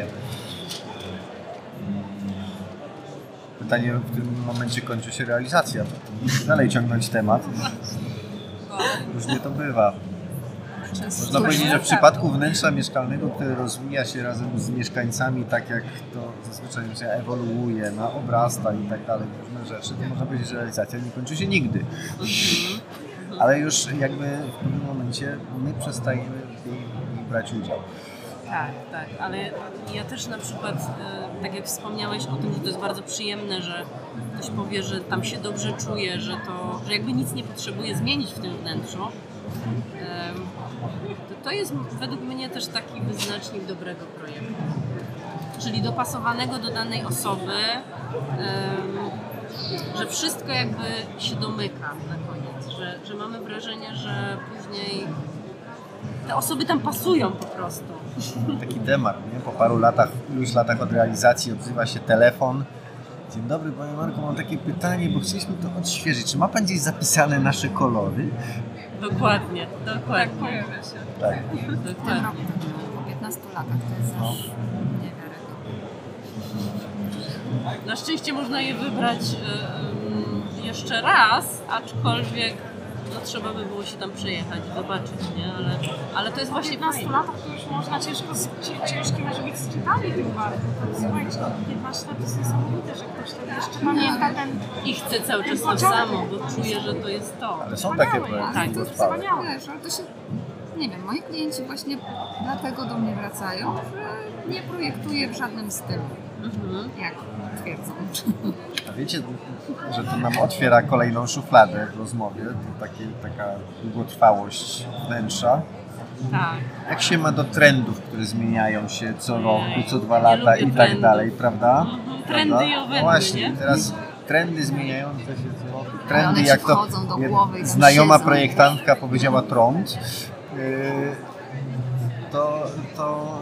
Pytanie, w którym momencie kończy się realizacja. To musi dalej ciągnąć temat. Różnie to bywa. Można powiedzieć, że w przypadku wnętrza mieszkalnego, które rozwija się razem z mieszkańcami, tak jak to zazwyczaj się ewoluuje, no, obrasta i tak dalej, różne rzeczy, to można powiedzieć, że realizacja nie kończy się nigdy. Ale już jakby w pewnym momencie my przestajemy w niej brać udział. Tak, tak, ale ja też na przykład, e, tak jak wspomniałeś o tym, że to jest bardzo przyjemne, że ktoś powie, że tam się dobrze czuje, że to, że jakby nic nie potrzebuje zmienić w tym wnętrzu, e, to, to jest według mnie też taki wyznacznik dobrego projektu. Czyli dopasowanego do danej osoby, e, że wszystko jakby się domyka na koniec, że, że mamy wrażenie, że później te osoby tam pasują po prostu. Taki temat, nie? Po paru latach, już latach od realizacji odzywa się telefon. Dzień dobry, panie Marku, mam takie pytanie, bo chcieliśmy to odświeżyć. Czy ma pan gdzieś zapisane nasze kolory? Dokładnie, dokładnie. Tak, pojawia się. Tak. Dokładnie. Po piętnastu latach to jest No. aż niewiarygodne. Na szczęście można je wybrać y, y, jeszcze raz, aczkolwiek no, trzeba by było się tam przejechać i zobaczyć, nie? Ale, ale to jest Po właśnie piętnastu fajne. latach to już można ciężko, cie- ciężkie może być z czytaniem tych barw. Słuchajcie, piętnaście lat to jest niesamowite, że ktoś tam jeszcze pamięta ten... I chcę cały czas to samo, bo czuję, że to jest to. Ale są takie Wspaniałe, projekty tak, długotrwałe. wspaniałe. Wiesz, ale to się, nie wiem, moi klienci właśnie dlatego do mnie wracają, że nie projektuję w żadnym stylu, Mhm. jak twierdzą. A wiecie, że to nam otwiera kolejną szufladę w rozmowie, to takie, taka długotrwałość wnętrza. Tak. Jak się ma do trendów, które zmieniają się co roku, co dwa Nie lata lubię i tak trendów. dalej, prawda? Mhm. Trendy Prawda? i owędy, No właśnie, nie? teraz trendy zmieniające się co roku. Ale Trendy, one ci jak to wchodzą do jed- głowy i tam znajoma siedzą. projektantka powiedziała trąd, yy, to, to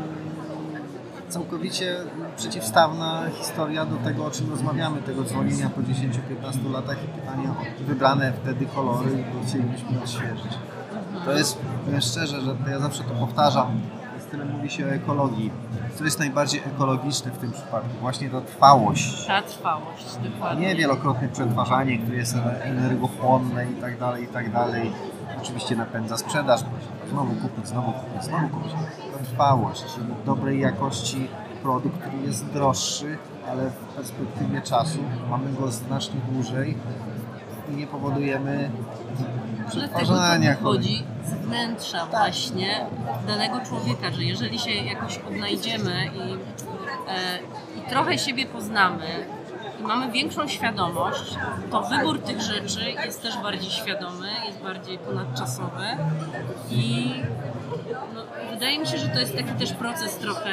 yy, całkowicie przeciwstawna historia do tego, o czym rozmawiamy, tego dzwonienia po dziesięciu piętnastu latach i pytania o wybrane wtedy kolory, bo chcielibyśmy odświeżyć. To jest, powiem szczerze, że ja zawsze to powtarzam, jest tyle mówi się o ekologii. Co jest najbardziej ekologiczne w tym przypadku? Właśnie ta trwałość. Ta trwałość, dokładnie. Nie wielokrotne przetwarzanie, które jest energochłonne i tak dalej, i tak dalej. Oczywiście napędza sprzedaż, bo się znowu kupić, znowu kupić, znowu kupić. Ta trwałość, czyli dobrej jakości produkt, który jest droższy, ale w perspektywie czasu mamy go znacznie dłużej i nie powodujemy Dlatego przetwarzania. to wychodzi z wnętrza właśnie danego człowieka, że jeżeli się jakoś odnajdziemy i, e, i trochę siebie poznamy i mamy większą świadomość, to wybór tych rzeczy jest też bardziej świadomy, jest bardziej ponadczasowy i no, wydaje mi się, że to jest taki też proces trochę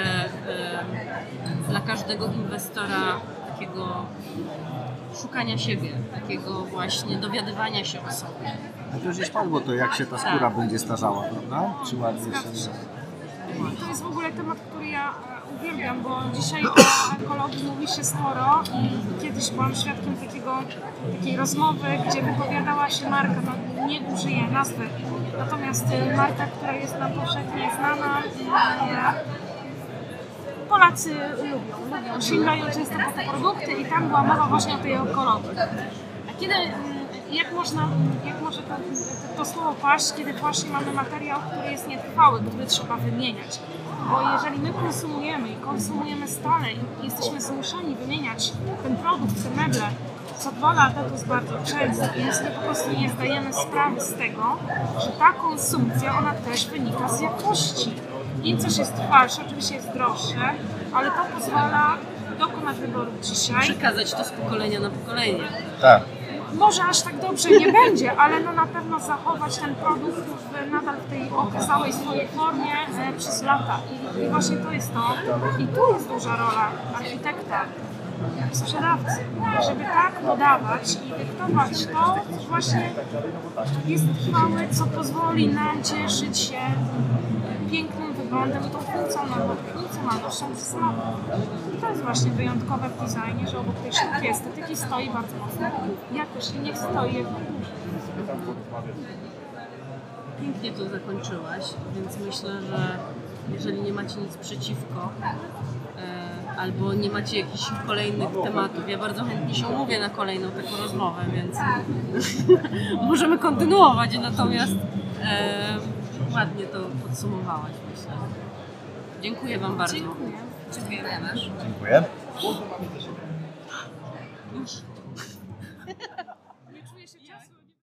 e, dla każdego inwestora takiego szukania siebie, takiego właśnie dowiadywania się o sobie. No to już gdzieś padło to, jak się ta skóra Tak. będzie starzała, prawda? Czy ładnie się... To jest w ogóle temat, który ja e, uwielbiam, bo dzisiaj o ekologii mówi się sporo i kiedyś byłam świadkiem takiego, takiej rozmowy, gdzie wypowiadała się marka, no nie użyję nazwy, natomiast e, marka, która jest nam powszechnie znana, e, Polacy lubią, lubią, sięgają często po te produkty i tam była mowa właśnie o tej ekologii. A kiedy, mm, jak można, jak może to, to słowo paść, kiedy właśnie mamy materiał, który jest nietrwały, który trzeba wymieniać. Bo jeżeli my konsumujemy i konsumujemy stale i jesteśmy zmuszeni wymieniać ten produkt, te meble, co dwa lata to jest bardzo często, więc my po prostu nie zdajemy sprawy z tego, że ta konsumpcja, ona też wynika z jakości. Im coś jest trwalsze, oczywiście jest droższe, ale to pozwala dokonać wyboru dzisiaj. Przekazać to z pokolenia na pokolenie. Tak. Może aż tak dobrze nie będzie, ale no na pewno zachować ten produkt w, nadal w tej okazałej swojej formie e, przez lata. I, I właśnie to jest to. I tu jest duża rola architekta, sprzedawcy, żeby tak podawać i dyktować to, co właśnie jest trwałe, co pozwoli nam cieszyć się pięknym wyglądem i tą funkcjonalnością, funkcjonalnością przez lata. I to jest właśnie wyjątkowe w designie, że obok tej sztuki estetyki stoi bardzo mocno jakość i niech stoi jak Pięknie to zakończyłaś, więc myślę, że jeżeli nie macie nic przeciwko e, albo nie macie jakichś kolejnych tematów, ja bardzo chętnie się umówię na kolejną taką rozmowę, więc możemy kontynuować, natomiast e, ładnie to podsumowałaś, myślę. Dziękuję Wam bardzo. Dziękujemy. Dziękuję. Już.